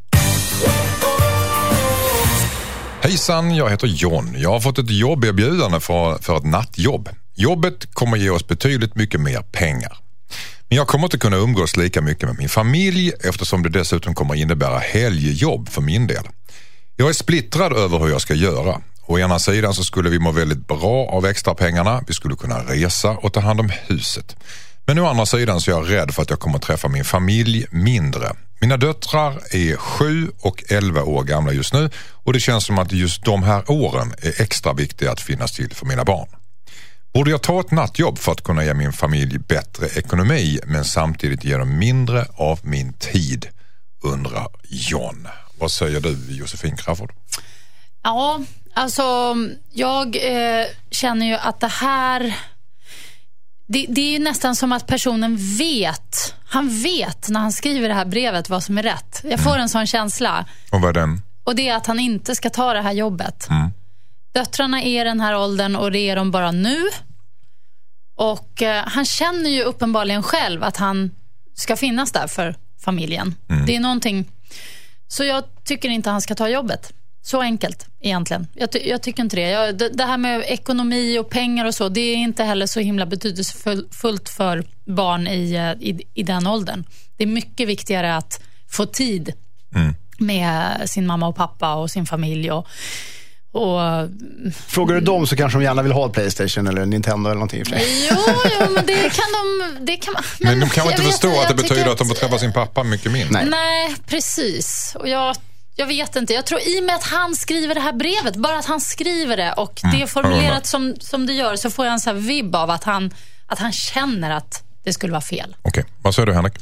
Hejsan, jag heter John. Jag har fått ett jobberbjudande för, för ett nattjobb. Jobbet kommer ge oss betydligt mycket mer pengar. Men jag kommer inte kunna umgås lika mycket med min familj eftersom det dessutom kommer innebära helgjobb för min del. Jag är splittrad över hur jag ska göra. Å ena sidan så skulle vi må väldigt bra av extra pengarna. Vi skulle kunna resa och ta hand om huset. Men å andra sidan så är jag rädd för att jag kommer träffa min familj mindre. Mina döttrar är sju och elva år gamla just nu och det känns som att just de här åren är extra viktiga att finnas till för mina barn. Borde jag ta ett nattjobb för att kunna ge min familj bättre ekonomi men samtidigt ge dem mindre av min tid, undrar John. Vad säger du, Josefin Crafoord? Ja, alltså jag eh, känner ju att det här det, det är ju nästan som att personen vet han vet när han skriver det här brevet vad som är rätt. Jag får mm. en sån känsla. Och vad är den? Och det är att han inte ska ta det här jobbet. Mm. Döttrarna är den här åldern och det är de bara nu. Och eh, han känner ju uppenbarligen själv att han ska finnas där för familjen. Mm. Det är någonting. Så jag tycker inte han ska ta jobbet. Så enkelt egentligen. Jag, ty- jag tycker inte det. Jag, det. Det här med ekonomi och pengar och så, det är inte heller så himla betydelsefullt för barn i, i, i den åldern. Det är mycket viktigare att få tid mm. med sin mamma och pappa och sin familj och Och, frågar du dem så kanske de gärna vill ha PlayStation eller Nintendo eller någonting. Jo, jo men det kan de det kan man, men, men de kan inte förstå vet, att det betyder att de får träffa sin pappa mycket mindre. Nej, Nej precis. Och jag, jag vet inte. Jag tror i och med att han skriver det här brevet, bara att han skriver det och mm. det är formulerat som, som det gör, så får jag en sån här vibb av att han, att han känner att det skulle vara fel. Okej, okay. Vad säger du, Henrik?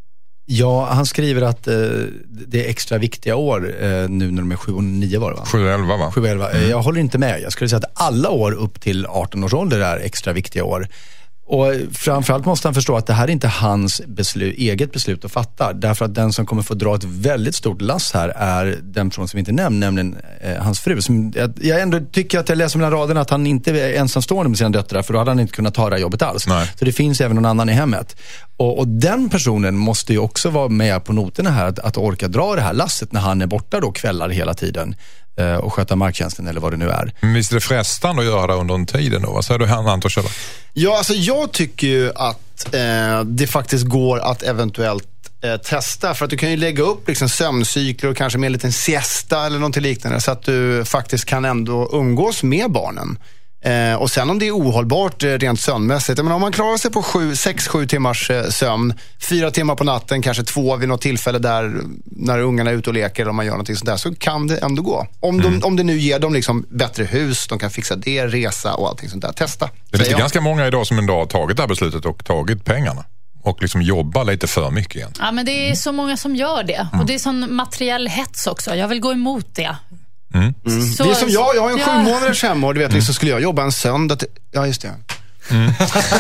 Ja, han skriver att eh, det är extra viktiga år eh, nu när de är sju och nio var det va? sju och elva va? sju och elva. Mm. Jag håller inte med. Jag skulle säga att alla år upp till arton års ålder är extra viktiga år. Och framförallt måste han förstå att det här är inte hans beslut, eget beslut att fatta. Därför att den som kommer få dra ett väldigt stort lass här är den person som vi inte nämner, nämligen eh, hans fru. Som, jag, jag ändå tycker att jag läser mellan raderna att han inte är ensamstående med sina döttrar, för då hade han inte kunnat ta det här jobbet alls. Nej. Så det finns även någon annan i hemmet. Och, och den personen måste ju också vara med på noterna här, att, att orka dra det här lasset när han är borta då kvällar hela tiden eh, och sköta marktjänsten eller vad det nu är. Men visst är det frestande att göra det under en tid då? Vad säger du, Anton Kjell? Ja, alltså jag tycker ju att eh, det faktiskt går att eventuellt eh, testa. För att du kan ju lägga upp liksom sömncykler och kanske med en liten siesta eller något liknande, så att du faktiskt kan ändå umgås med barnen. Eh, och sen om det är ohållbart eh, rent sömnmässigt, jag menar, om man klarar sig på sex sju timmars eh, sömn, fyra timmar på natten, kanske två vid något tillfälle där när ungarna är ute och leker eller om man gör någonting sånt där, så kan det ändå gå. Om, mm. de, om det nu ger dem liksom bättre hus, de kan fixa det, resa och allting sånt där. Testa. Det är ganska många idag som ändå har tagit det här beslutet och tagit pengarna och liksom jobbar lite för mycket igen. Ja, men det är så många som gör det. Mm. Och det är sån materiell hets också. Jag vill gå emot det. Mm. Mm. Så, det är som jag, jag har en ja. sju månaders hemma och du vet, mm. så skulle jag jobba en söndag till, ja just det. Mm.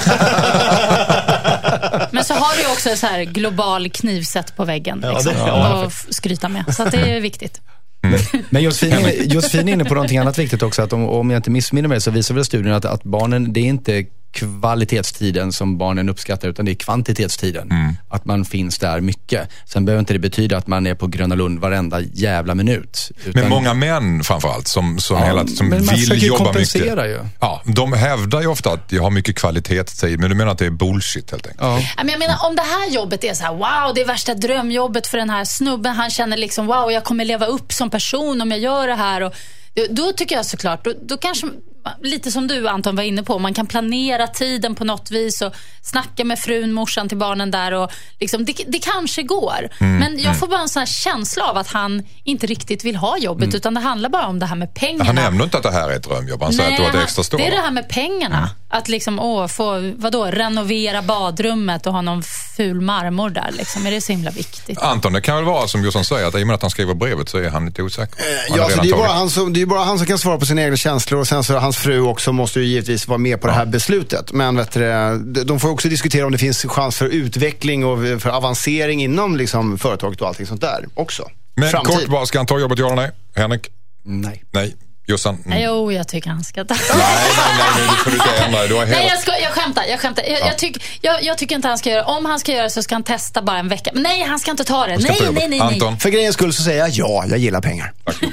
Men så har du också så här global knivsätt på väggen ja, liksom, det, ja. och skryta med. Så att det är viktigt. Mm. Men Josefin är inne på någonting annat viktigt också, att om, om jag inte missminner mig så visar väl studien att, att barnen, det är inte kvalitetstiden som barnen uppskattar, utan det är kvantitetstiden. Mm. Att man finns där mycket. Sen behöver inte det betyda att man är på Gröna Lund varenda jävla minut. Utan... Men många män framförallt som, som, ja, hela, som men man vill jobba mycket. Ju. Ja, de hävdar ju ofta att jag har mycket kvalitetstid, men du menar att det är bullshit helt enkelt. Ja. Men jag menar, om det här jobbet är så här, wow, det är värsta drömjobbet för den här snubben. Han känner liksom, wow, jag kommer leva upp som person om jag gör det här. Och då tycker jag såklart, då, då kanske lite som du Anton var inne på, man kan planera tiden på något vis och snacka med frun, morsan till barnen där och liksom, det, det kanske går. Mm, men jag mm. får bara en sån här känsla av att han inte riktigt vill ha jobbet mm. utan det handlar bara om det här med pengarna. Han nämner inte att det här är ett drömjobb, han säger att det var ett extra stort. Det är det här med pengarna. Mm. Att liksom, åh, få, vadå, renovera badrummet och ha någon ful marmor där liksom. Är det så himla viktigt? Anton, det kan väl vara som Jossan säger, att i och med att han skriver brevet så är han lite osäker. Han ja, så det är bara han som, det är bara han som kan svara på sina egna känslor och sen så hans fru också måste ju givetvis vara med på ja. det här beslutet. Men vet du, de får också diskutera om det finns chans för utveckling och för avancering inom liksom, företaget och allting sånt där också. Men Framtid. kort bara, ska han ta jobbet, ja eller nej? Henrik? Nej. Nej. Jossan? Mm. Jo, jag tycker han ska ta. Nej, nej, nej, nej, du får inte ändra. Du har helt... Nej, jag, ska, jag skämtar, jag skämtar. Jag, ja. jag, tyck, jag, jag tycker inte han ska göra. Om han ska göra så ska han testa bara en vecka. Men nej, han ska inte ta det. Nej, ta nej, nej, Anton? nej. För grejens skull så säger jag ja, jag gillar pengar.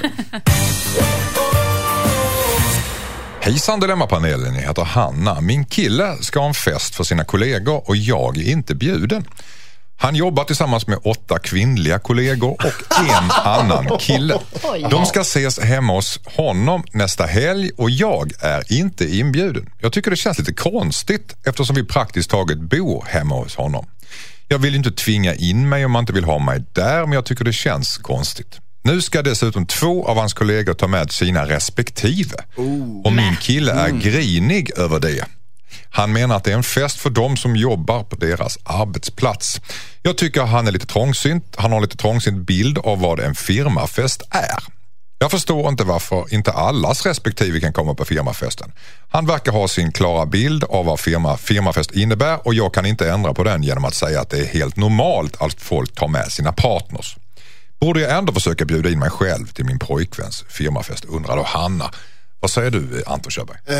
Hejsan Dilemmapanelen, jag heter Hanna. Min kille ska ha en fest för sina kollegor och jag är inte bjuden. Han jobbar tillsammans med åtta kvinnliga kollegor och en annan kille. De ska ses hemma hos honom nästa helg och jag är inte inbjuden. Jag tycker det känns lite konstigt eftersom vi praktiskt taget bor hemma hos honom. Jag vill inte tvinga in mig om man inte vill ha mig där, men jag tycker det känns konstigt. Nu ska dessutom två av hans kollegor ta med sina respektive. Och min kille är grinig över det. Han menar att det är en fest för dem som jobbar på deras arbetsplats. Jag tycker han är lite trångsynt. Han har lite trångsynt bild av vad en firmafest är. Jag förstår inte varför inte allas respektive kan komma på firmafesten. Han verkar ha sin klara bild av vad firma, firmafest innebär och jag kan inte ändra på den genom att säga att det är helt normalt att folk tar med sina partners. Borde jag ändå försöka bjuda in mig själv till min pojkväns firmafest, undrar då Hanna. Vad säger du, Anton Körberg? Uh,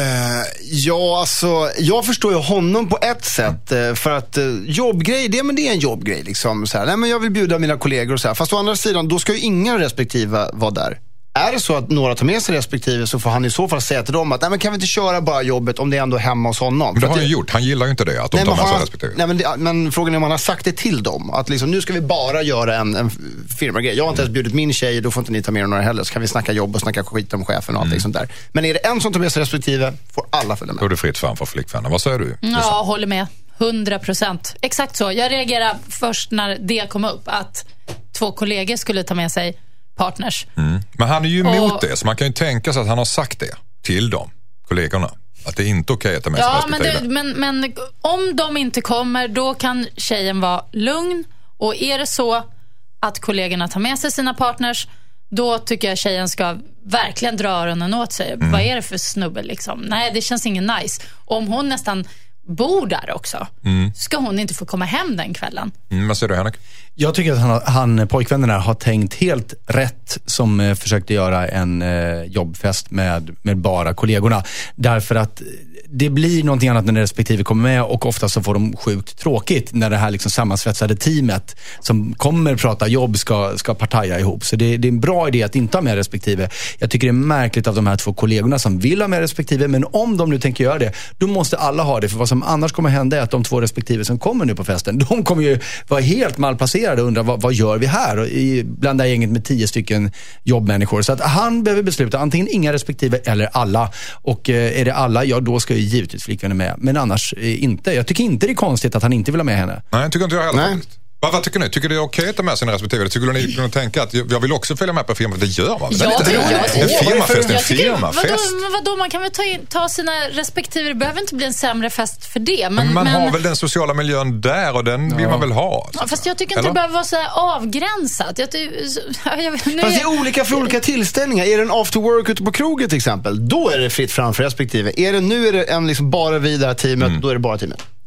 ja, alltså, jag förstår ju honom på ett sätt. Uh, för att uh, jobbgrej, det, men det är en jobbgrej. Liksom, så här. Nej, men jag vill bjuda mina kollegor och så här. Fast å andra sidan, då ska ju ingen respektive vara där. Är det så att några tar med sig respektive så får han i så fall säga till dem att nej, men kan vi inte köra bara jobbet om det är ändå hemma hos honom. Men det har han ju gjort, han gillar ju inte det att de nej, tar med sig respektive. Nej, men, det, men frågan är om han har sagt det till dem. Att liksom, nu ska vi bara göra en, en firmagrej. Jag har inte ens bjudit min tjej, då får inte ni ta med några heller. Så kan vi snacka jobb och snacka skit om chefen och allting mm. sånt där. Men är det en som tar med sig respektive får alla följa med. Då är det fritt fram för flickvänner. Vad säger du? Ja, jag håller med. hundra procent. Exakt så. Jag reagerar först när det kom upp att två kollegor skulle ta med sig partners. Mm. Men han är ju emot och, det, så man kan ju tänka sig att han har sagt det till dem, kollegorna. Att det är inte okej att ta med sig ja, respektive. Men, det, men, men om de inte kommer, då kan tjejen vara lugn. Och är det så att kollegorna tar med sig sina partners, då tycker jag tjejen ska verkligen dra öronen åt sig. Mm. Vad är det för snubbe liksom? Nej, det känns ingen nice. Och om hon nästan bor där också, mm. ska hon inte få komma hem den kvällen. Mm, vad säger du, Henrik? Jag tycker att han, han pojkvännen där har tänkt helt rätt som eh, försökte göra en eh, jobbfest med, med bara kollegorna. Därför att det blir någonting annat när det respektive kommer med och ofta så får de sjukt tråkigt när det här liksom sammansvetsade teamet som kommer prata jobb ska, ska partaja ihop. Så det, det är en bra idé att inte ha med respektive. Jag tycker det är märkligt av de här två kollegorna som vill ha med respektive, men om de nu tänker göra det, då måste alla ha det. För vad som annars kommer hända är att de två respektive som kommer nu på festen, de kommer ju vara helt malplacerade och undra vad, vad gör vi här? Och i, bland det här gänget med tio stycken jobbmänniskor. Så att han behöver besluta antingen inga respektive eller alla. Och eh, är det alla, ja då ska ju givetvis flickvännen med. Men annars eh, inte. Jag tycker inte det är konstigt att han inte vill ha med henne. Nej, jag tycker inte jag heller faktiskt. Vad, vad tycker ni? Tycker det är okej att ta med sina respektive? Tycker ni kunna tänka att jag vill också följa med på firma? Det gör man. Ja, det är lite en firmafest, en firmafest. Vadå, vadå, man kan väl ta, in, ta sina respektive. Det behöver inte bli en sämre fest för det. Men, men man men... har väl den sociala miljön där och den ja. vill man väl ha. Ja, fast jag tycker inte Eller? det behöver vara så här avgränsat. Jag, jag, nu fast det är olika för olika tillställningar. Är det en after work ute på krogen till exempel, då är det fritt fram för respektive. Är det nu är det en liksom bara vidare teamet, mm. då är det bara teamet.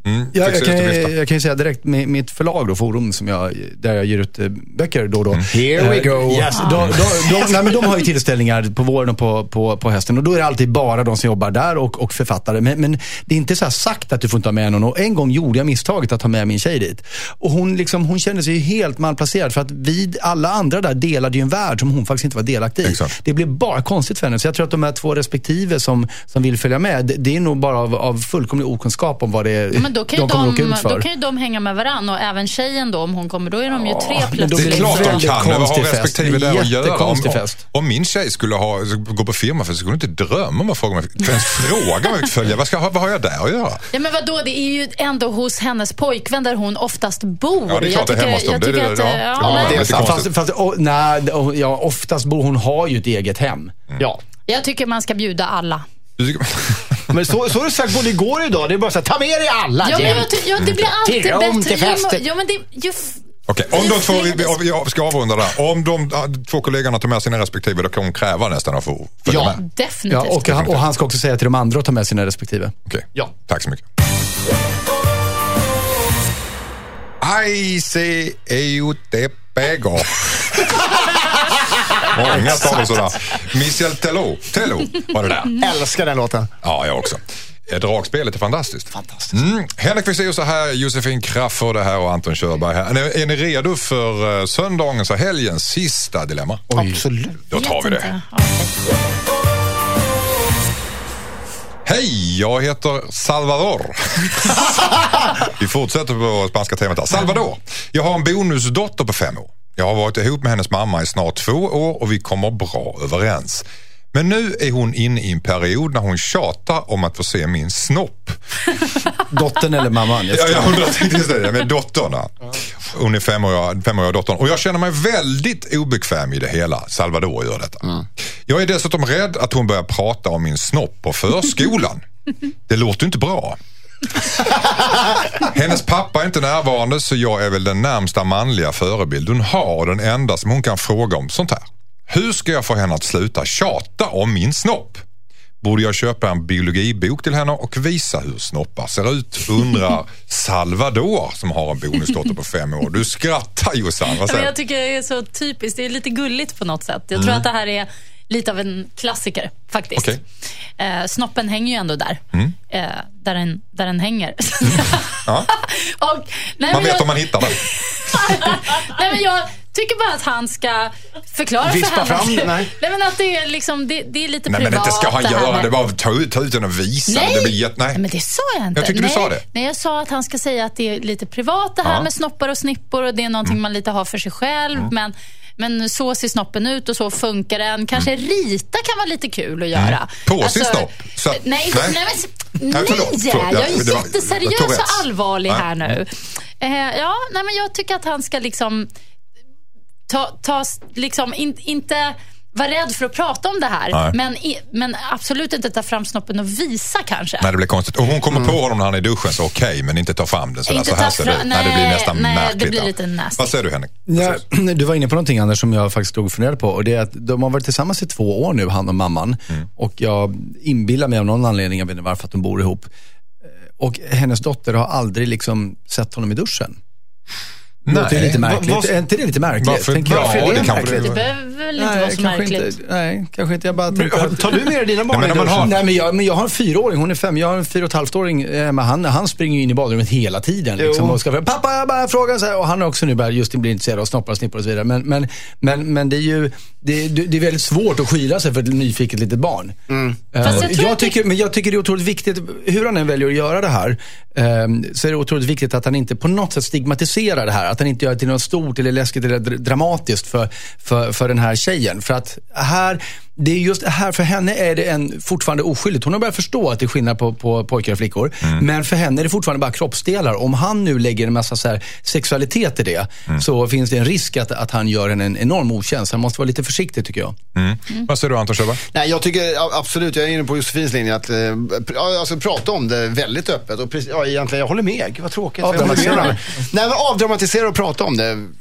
Mm, ja, jag, kan, jag kan ju säga direkt, med mitt förlag då, Forum, som jag, där jag ger ut böcker då och då. Mm. Here we go. Yes, de, de, de, nej, men de har ju tillställningar på våren och på, på, på hösten, och då är det alltid bara de som jobbar där och, och författare. Men, men det är inte så här sagt att du får inte ha med någon. Och en gång gjorde jag misstaget att ta med min tjej dit. Och hon, liksom, hon kände sig ju helt malplacerad, för att vi alla andra där delade ju en värld som hon faktiskt inte var delaktig i. Exakt. Det blev bara konstigt för henne. Så jag tror att de här två respektive som, som vill följa med, det, det är nog bara av, av fullkomlig okunskap om vad det är, ja, men då kan de kommer de, åka ut för. Då kan ju de hänga med varann, och även tjejen då, om hon kommer, då är de ju tre ja, plötsligt. Det är klart de kan, det har respektive där att göra. Om, fest. om min tjej skulle ha, gå på firma, för så skulle hon inte drömma om att fråga mig, ens fråga mig att följa, vad, ska, vad har jag där att göra? Ja, men vadå, det är ju ändå hos hennes pojkvän där hon oftast bor. Ja, det är klart det är hemma hos dem. Det är det, att, ja. Ja, Ja, nej. det är fast, fast, oh, nej, oh, ja, oftast bor hon, har ju ett eget hem. Mm. Ja. Jag tycker man ska bjuda alla. Men så, så har du sagt både igår och idag. Det är bara så här, ta med dig alla. Ja, men jag, ja, det blir alltid till Rom, bättre. till festen. Ja, men det ju Okej, om de två, vi, vi, jag ska avrunda där. Om de två kollegorna tar med sina respektive, då kan hon kräva nästan att få följa ja, med. Definitivt. Ja, och, han, och han ska också säga till de andra att ta med sina respektive. Okej, ja. Tack så mycket. Ai se eu te pego. Många stavar sådär. Michel Tello, Tello var det där. Älskar den låten. Ja, jag också. Dragspelet är fantastiskt. Fantastiskt. Mm. Henrik Fexeus är här, Josefin Crafoord är här och Anton Körberg här. Är, är ni redo för uh, söndagens och helgens sista dilemma? Oj. Absolut. Då tar vi det. Hej, jag heter Salvador. Vi fortsätter på spanska temat här. Salvador. Jag har en bonusdotter på fem år. Jag har varit ihop med hennes mamma i snart två år och vi kommer bra överens. Men nu är hon inne i en period när hon tjatar om att få se min snopp. Dottern eller mamman? Ja, jag undrar inte det, med dotterna. Hon är femåriga, femåriga dottern. Och jag känner mig väldigt obekväm i det hela. Salvador gör detta. Mm. Jag är dessutom rädd att hon börjar prata om min snopp på förskolan. Det låter inte bra. Hennes pappa är inte närvarande, så jag är väl den närmsta manliga förebild hon har, den enda som hon kan fråga om sånt här. Hur ska jag få henne att sluta tjata om min snopp? Borde jag köpa en biologibok till henne och visa hur snoppar ser ut? Undrar Salvador som har en bonusdotter på fem år. Du skrattar, Jossan. Vad säger? Jag tycker det är så typiskt. Det är lite gulligt på något sätt. Jag tror mm. att det här är lite av en klassiker faktiskt. Okay. Eh, snoppen hänger ju ändå där. Mm. Eh, där, den, där den hänger. Ja. och, nej, man vet jag, om man hittar den. nej, men jag tycker bara att han ska förklara Vispa för henne. Fram, nej. nej, men att det är, liksom, det, det är lite nej, privat. Men inte ska han det göra med... det. Bara ta ut, ta ut den och visa. Nej. Det blir jätt... nej. Men det sa jag inte. Jag tyckte nej. du sa det. Nej, jag sa att han ska säga att det är lite privat det här ja. med snoppar och snippor. Och det är någonting mm. man lite har för sig själv. Mm. Men... Men så ser snoppen ut och så funkar den. Kanske mm. rita kan vara lite kul att göra. Mm. På alltså, sin snopp? Så, nej, nej, nej, men, nej, förlåt, förlåt. jag är ja, jätteseriös och allvarlig nej. här nu. Eh, ja, nej, men jag tycker att han ska liksom ta, ta liksom in, inte vara rädd för att prata om det här. Men, men absolut inte ta fram snoppen och visa kanske. Nej, det blir konstigt. Och hon kommer mm. på honom när han är i duschen, så okej, okay, men inte ta fram den. Så, inte så här fra- det, nej, nej, det blir nästan nej, märkligt. Det blir lite nasty. Vad säger du, Henrik? Ja, du var inne på någonting, Anders, som jag faktiskt stod och funderade på. Och det är att de har varit tillsammans i två år nu, han och mamman. Mm. Och jag inbillar mig av någon anledning, jag vet inte varför, att de bor ihop. Och hennes dotter har aldrig liksom sett honom i duschen. Nej, det är lite märkligt. Va, va, är inte det lite märkligt? Varför, varför ja, är det, det märkligt? Det behöver väl inte nej, vara så märkligt. Inte, nej, kanske inte. Jag bara tänkte att... Tar du med dina barn nej, i duschen? Har... Nej, men jag, men jag har en fyraåring, hon är fem. Jag har en fyra och ett halvt-åring. Men han, han springer ju in i badrummet hela tiden. Liksom, och ska fråga, pappa, jag bara frågar så här. Och han är också nu bara just blir intresserad av snoppar och snippar och så vidare. Men, men, men, men det är ju det, det är väldigt svårt att skyla sig för ett nyfiket litet barn. Mm. Uh, jag jag tycker, men jag tycker det är otroligt viktigt, hur han än väljer att göra det här, um, så är det otroligt viktigt att han inte på något sätt stigmatiserar det här. Att han inte gör det till något stort eller läskigt eller dramatiskt för, för, för den här tjejen. För att här, det är just här, för henne är det en, fortfarande oskyldigt. Hon har börjat förstå att det är skillnad på, på pojkar och flickor. Mm. Men för henne är det fortfarande bara kroppsdelar. Om han nu lägger en massa så här sexualitet i det, mm. så finns det en risk att, att han gör en, en enorm otjänst. Han måste vara lite försiktig, tycker jag. Mm. Mm. Vad säger du, Anton Körberg? Nej, jag tycker absolut, jag är inne på Josefins linje att äh, alltså, prata om det väldigt öppet. Och ja, egentligen, jag håller med. Vad tråkigt. Avdramatisera. Nej, men avdramatisera och prata om det.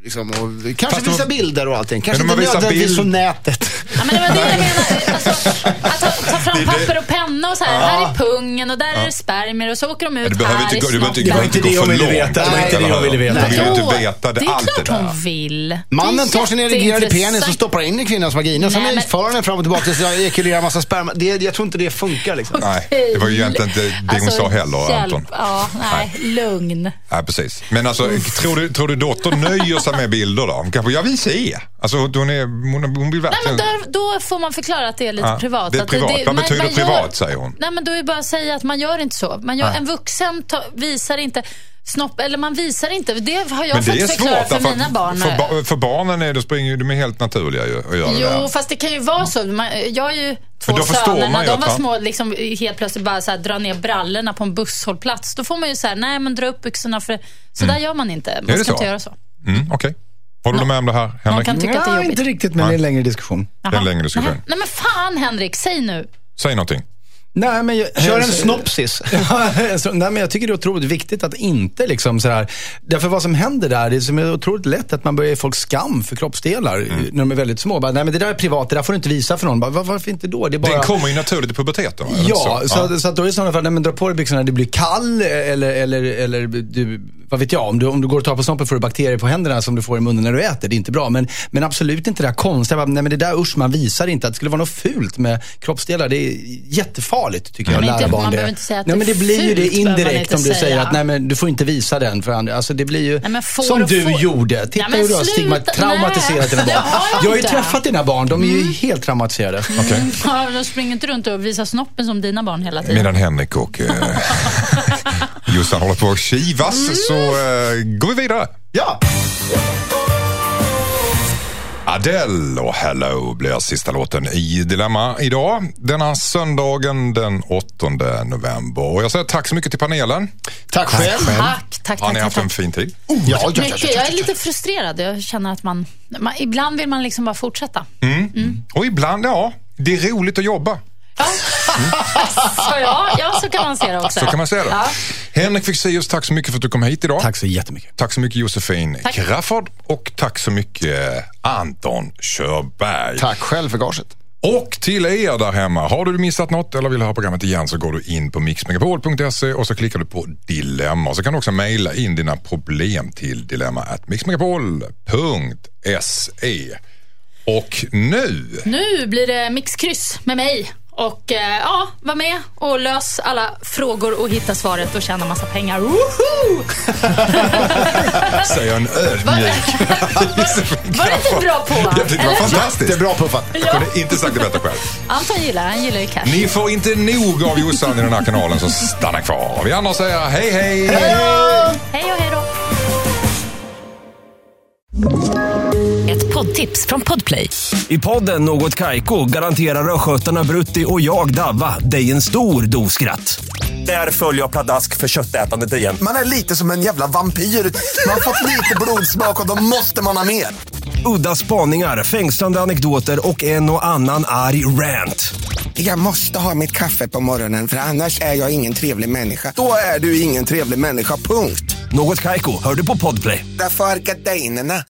Liksom, och kanske Fast visa de, bilder och allting. Kanske inte nödvändigtvis bild... på nätet. Ja, men det var det jag menar. Alltså, att ta, ta fram papper och penna och så här. Ja. Här är pungen och där ja. är det spermier och så åker de ut ja, här i snoppen. Det var inte det jag ville veta. Det var inte det jag ville veta. Jag vill inte veta det, det är allt klart det där. hon vill. Mannen tar sin erigerade penis och stoppar in i kvinnans vagina. Sen men... för den fram och tillbaka så ekulerar en massa sperma. Det, jag tror inte det funkar liksom. Nej, det var ju egentligen inte det hon alltså, sa heller, hjälp. Anton. Ja, nej, nej. Lugn. Ja, precis. Men alltså, tror du, tror du dottern nöjer sig med bilder då? Kanske, jag vill se. Alltså, hon, är, hon, hon vill verkligen... Nej, men då, då får man förklara att det är lite ja, privat. Det är privat. Det, Vad man, betyder man privat, gör, säger hon? Nej, men då är det bara att säga att man gör inte så. Man gör, en vuxen ta, visar inte... Snopp, eller man visar inte. Det har jag men fått förklara för mina barn. För, för barnen är det, springer de är helt naturliga ju, att göra jo, det. Jo, fast det kan ju vara så. Man, jag är ju två söner. När de var små, liksom, helt plötsligt bara så här, dra ner brallorna på en busshållplats. Då får man ju så här, nej men dra upp byxorna. För, så mm. där gör man inte. Man ska inte göra så. Mm, Okej. Okay. Har du no. med om det här, Henrik? Man kan tycka ja, att det är jobbigt. Inte riktigt, men det är en längre diskussion. Det är en längre diskussion. Nej, nej men fan Henrik, säg nu. Säg någonting. Nej, men jag, Kör en snopsis. Nej, men jag tycker det är otroligt viktigt att inte liksom så här. Därför vad som händer där, det är som är otroligt lätt att man börjar ge folk skam för kroppsdelar mm. när de är väldigt små. Bara, nej men det där är privat, det där får du inte visa för någon. Bara, var, varför inte då? Det, är bara... det kommer ju naturligt i puberteten. Ja, så, så, ja. så att då är det sådana fall, nej men dra på dig byxorna, det blir kall eller, eller, eller du, vad vet jag, om du, om du går och tar på snoppen får du bakterier på händerna som du får i munnen när du äter, det är inte bra. Men, men absolut inte det där konstiga, nej men det där usch, man visar inte att det skulle vara något fult med kroppsdelar. Det är jättefarligt tycker jag. Inte, barn man det. Inte säga att nej, men det blir ju det indirekt om du säga. säger att nej men du får inte visa den för andra. Alltså det blir ju nej, som du får... gjorde. Titta hur du har stigmat traumatiserat dina barn. Jag, jag har ju träffat dina barn, de är ju mm. helt traumatiserade. Okay. Ja, de springer inte runt och visar snoppen som dina barn hela tiden. Medan Henrik och eh, Jossan håller på att kivas mm. så eh, går vi vidare. Ja! Adele och Hello blir sista låten i Dilemma idag. Denna söndagen den åttonde november. Och jag säger tack så mycket till panelen. Tack själv. Tack, tack, Har ni tack, haft tack. en fin tid? Oh, ja, ja, ja, ja, ja, ja. Jag är lite frustrerad. Jag känner att man, man ibland vill man liksom bara fortsätta. Mm. Mm. Och ibland, ja, det är roligt att jobba. Ja. Mm. så ja, ja, så kan man se det också. Så kan man se det. Ja. Henrik Fexeus, tack så mycket för att du kom hit idag. Tack så jättemycket. Tack så mycket Josefin tack. Crafoord och tack så mycket Anton Körberg. Tack själv för gaget. Och till er där hemma, har du missat något eller vill ha programmet igen så går du in på mix megapol punkt se och så klickar du på dilemma. Så kan du också mejla in dina problem till dilemma at mix megapol punkt se. Och nu... Nu blir det mixkryss med mig. Och eh, ja, var med och lös alla frågor och hitta svaret och tjäna massa pengar. Woho! Säger en ödmjuk. Var det inte bra på? Jag tyckte det var fantastiskt. Det är bra puffat. Jag kunde inte sagt det bättre själv. Anton gillar, han gillar ju cash. Ni får inte nog av Jossan i den här kanalen så stanna kvar. Vi andra säger hej hej. Hej då! Hej och hej då. Ett poddtips från Podplay. I podden Något Kaiko garanterar röskötarna Brutti och jag Davva dig en stor doskratt. Där följer jag pladask för köttätandet igen. Man är lite som en jävla vampyr. Man har fått lite blodsmak och då måste man ha mer. Udda spaningar, fängslande anekdoter och en och annan arg rant. Jag måste ha mitt kaffe på morgonen för annars är jag ingen trevlig människa. Då är du ingen trevlig människa, punkt. Något Kaiko, hör du på Podplay. Därför är gardinerna.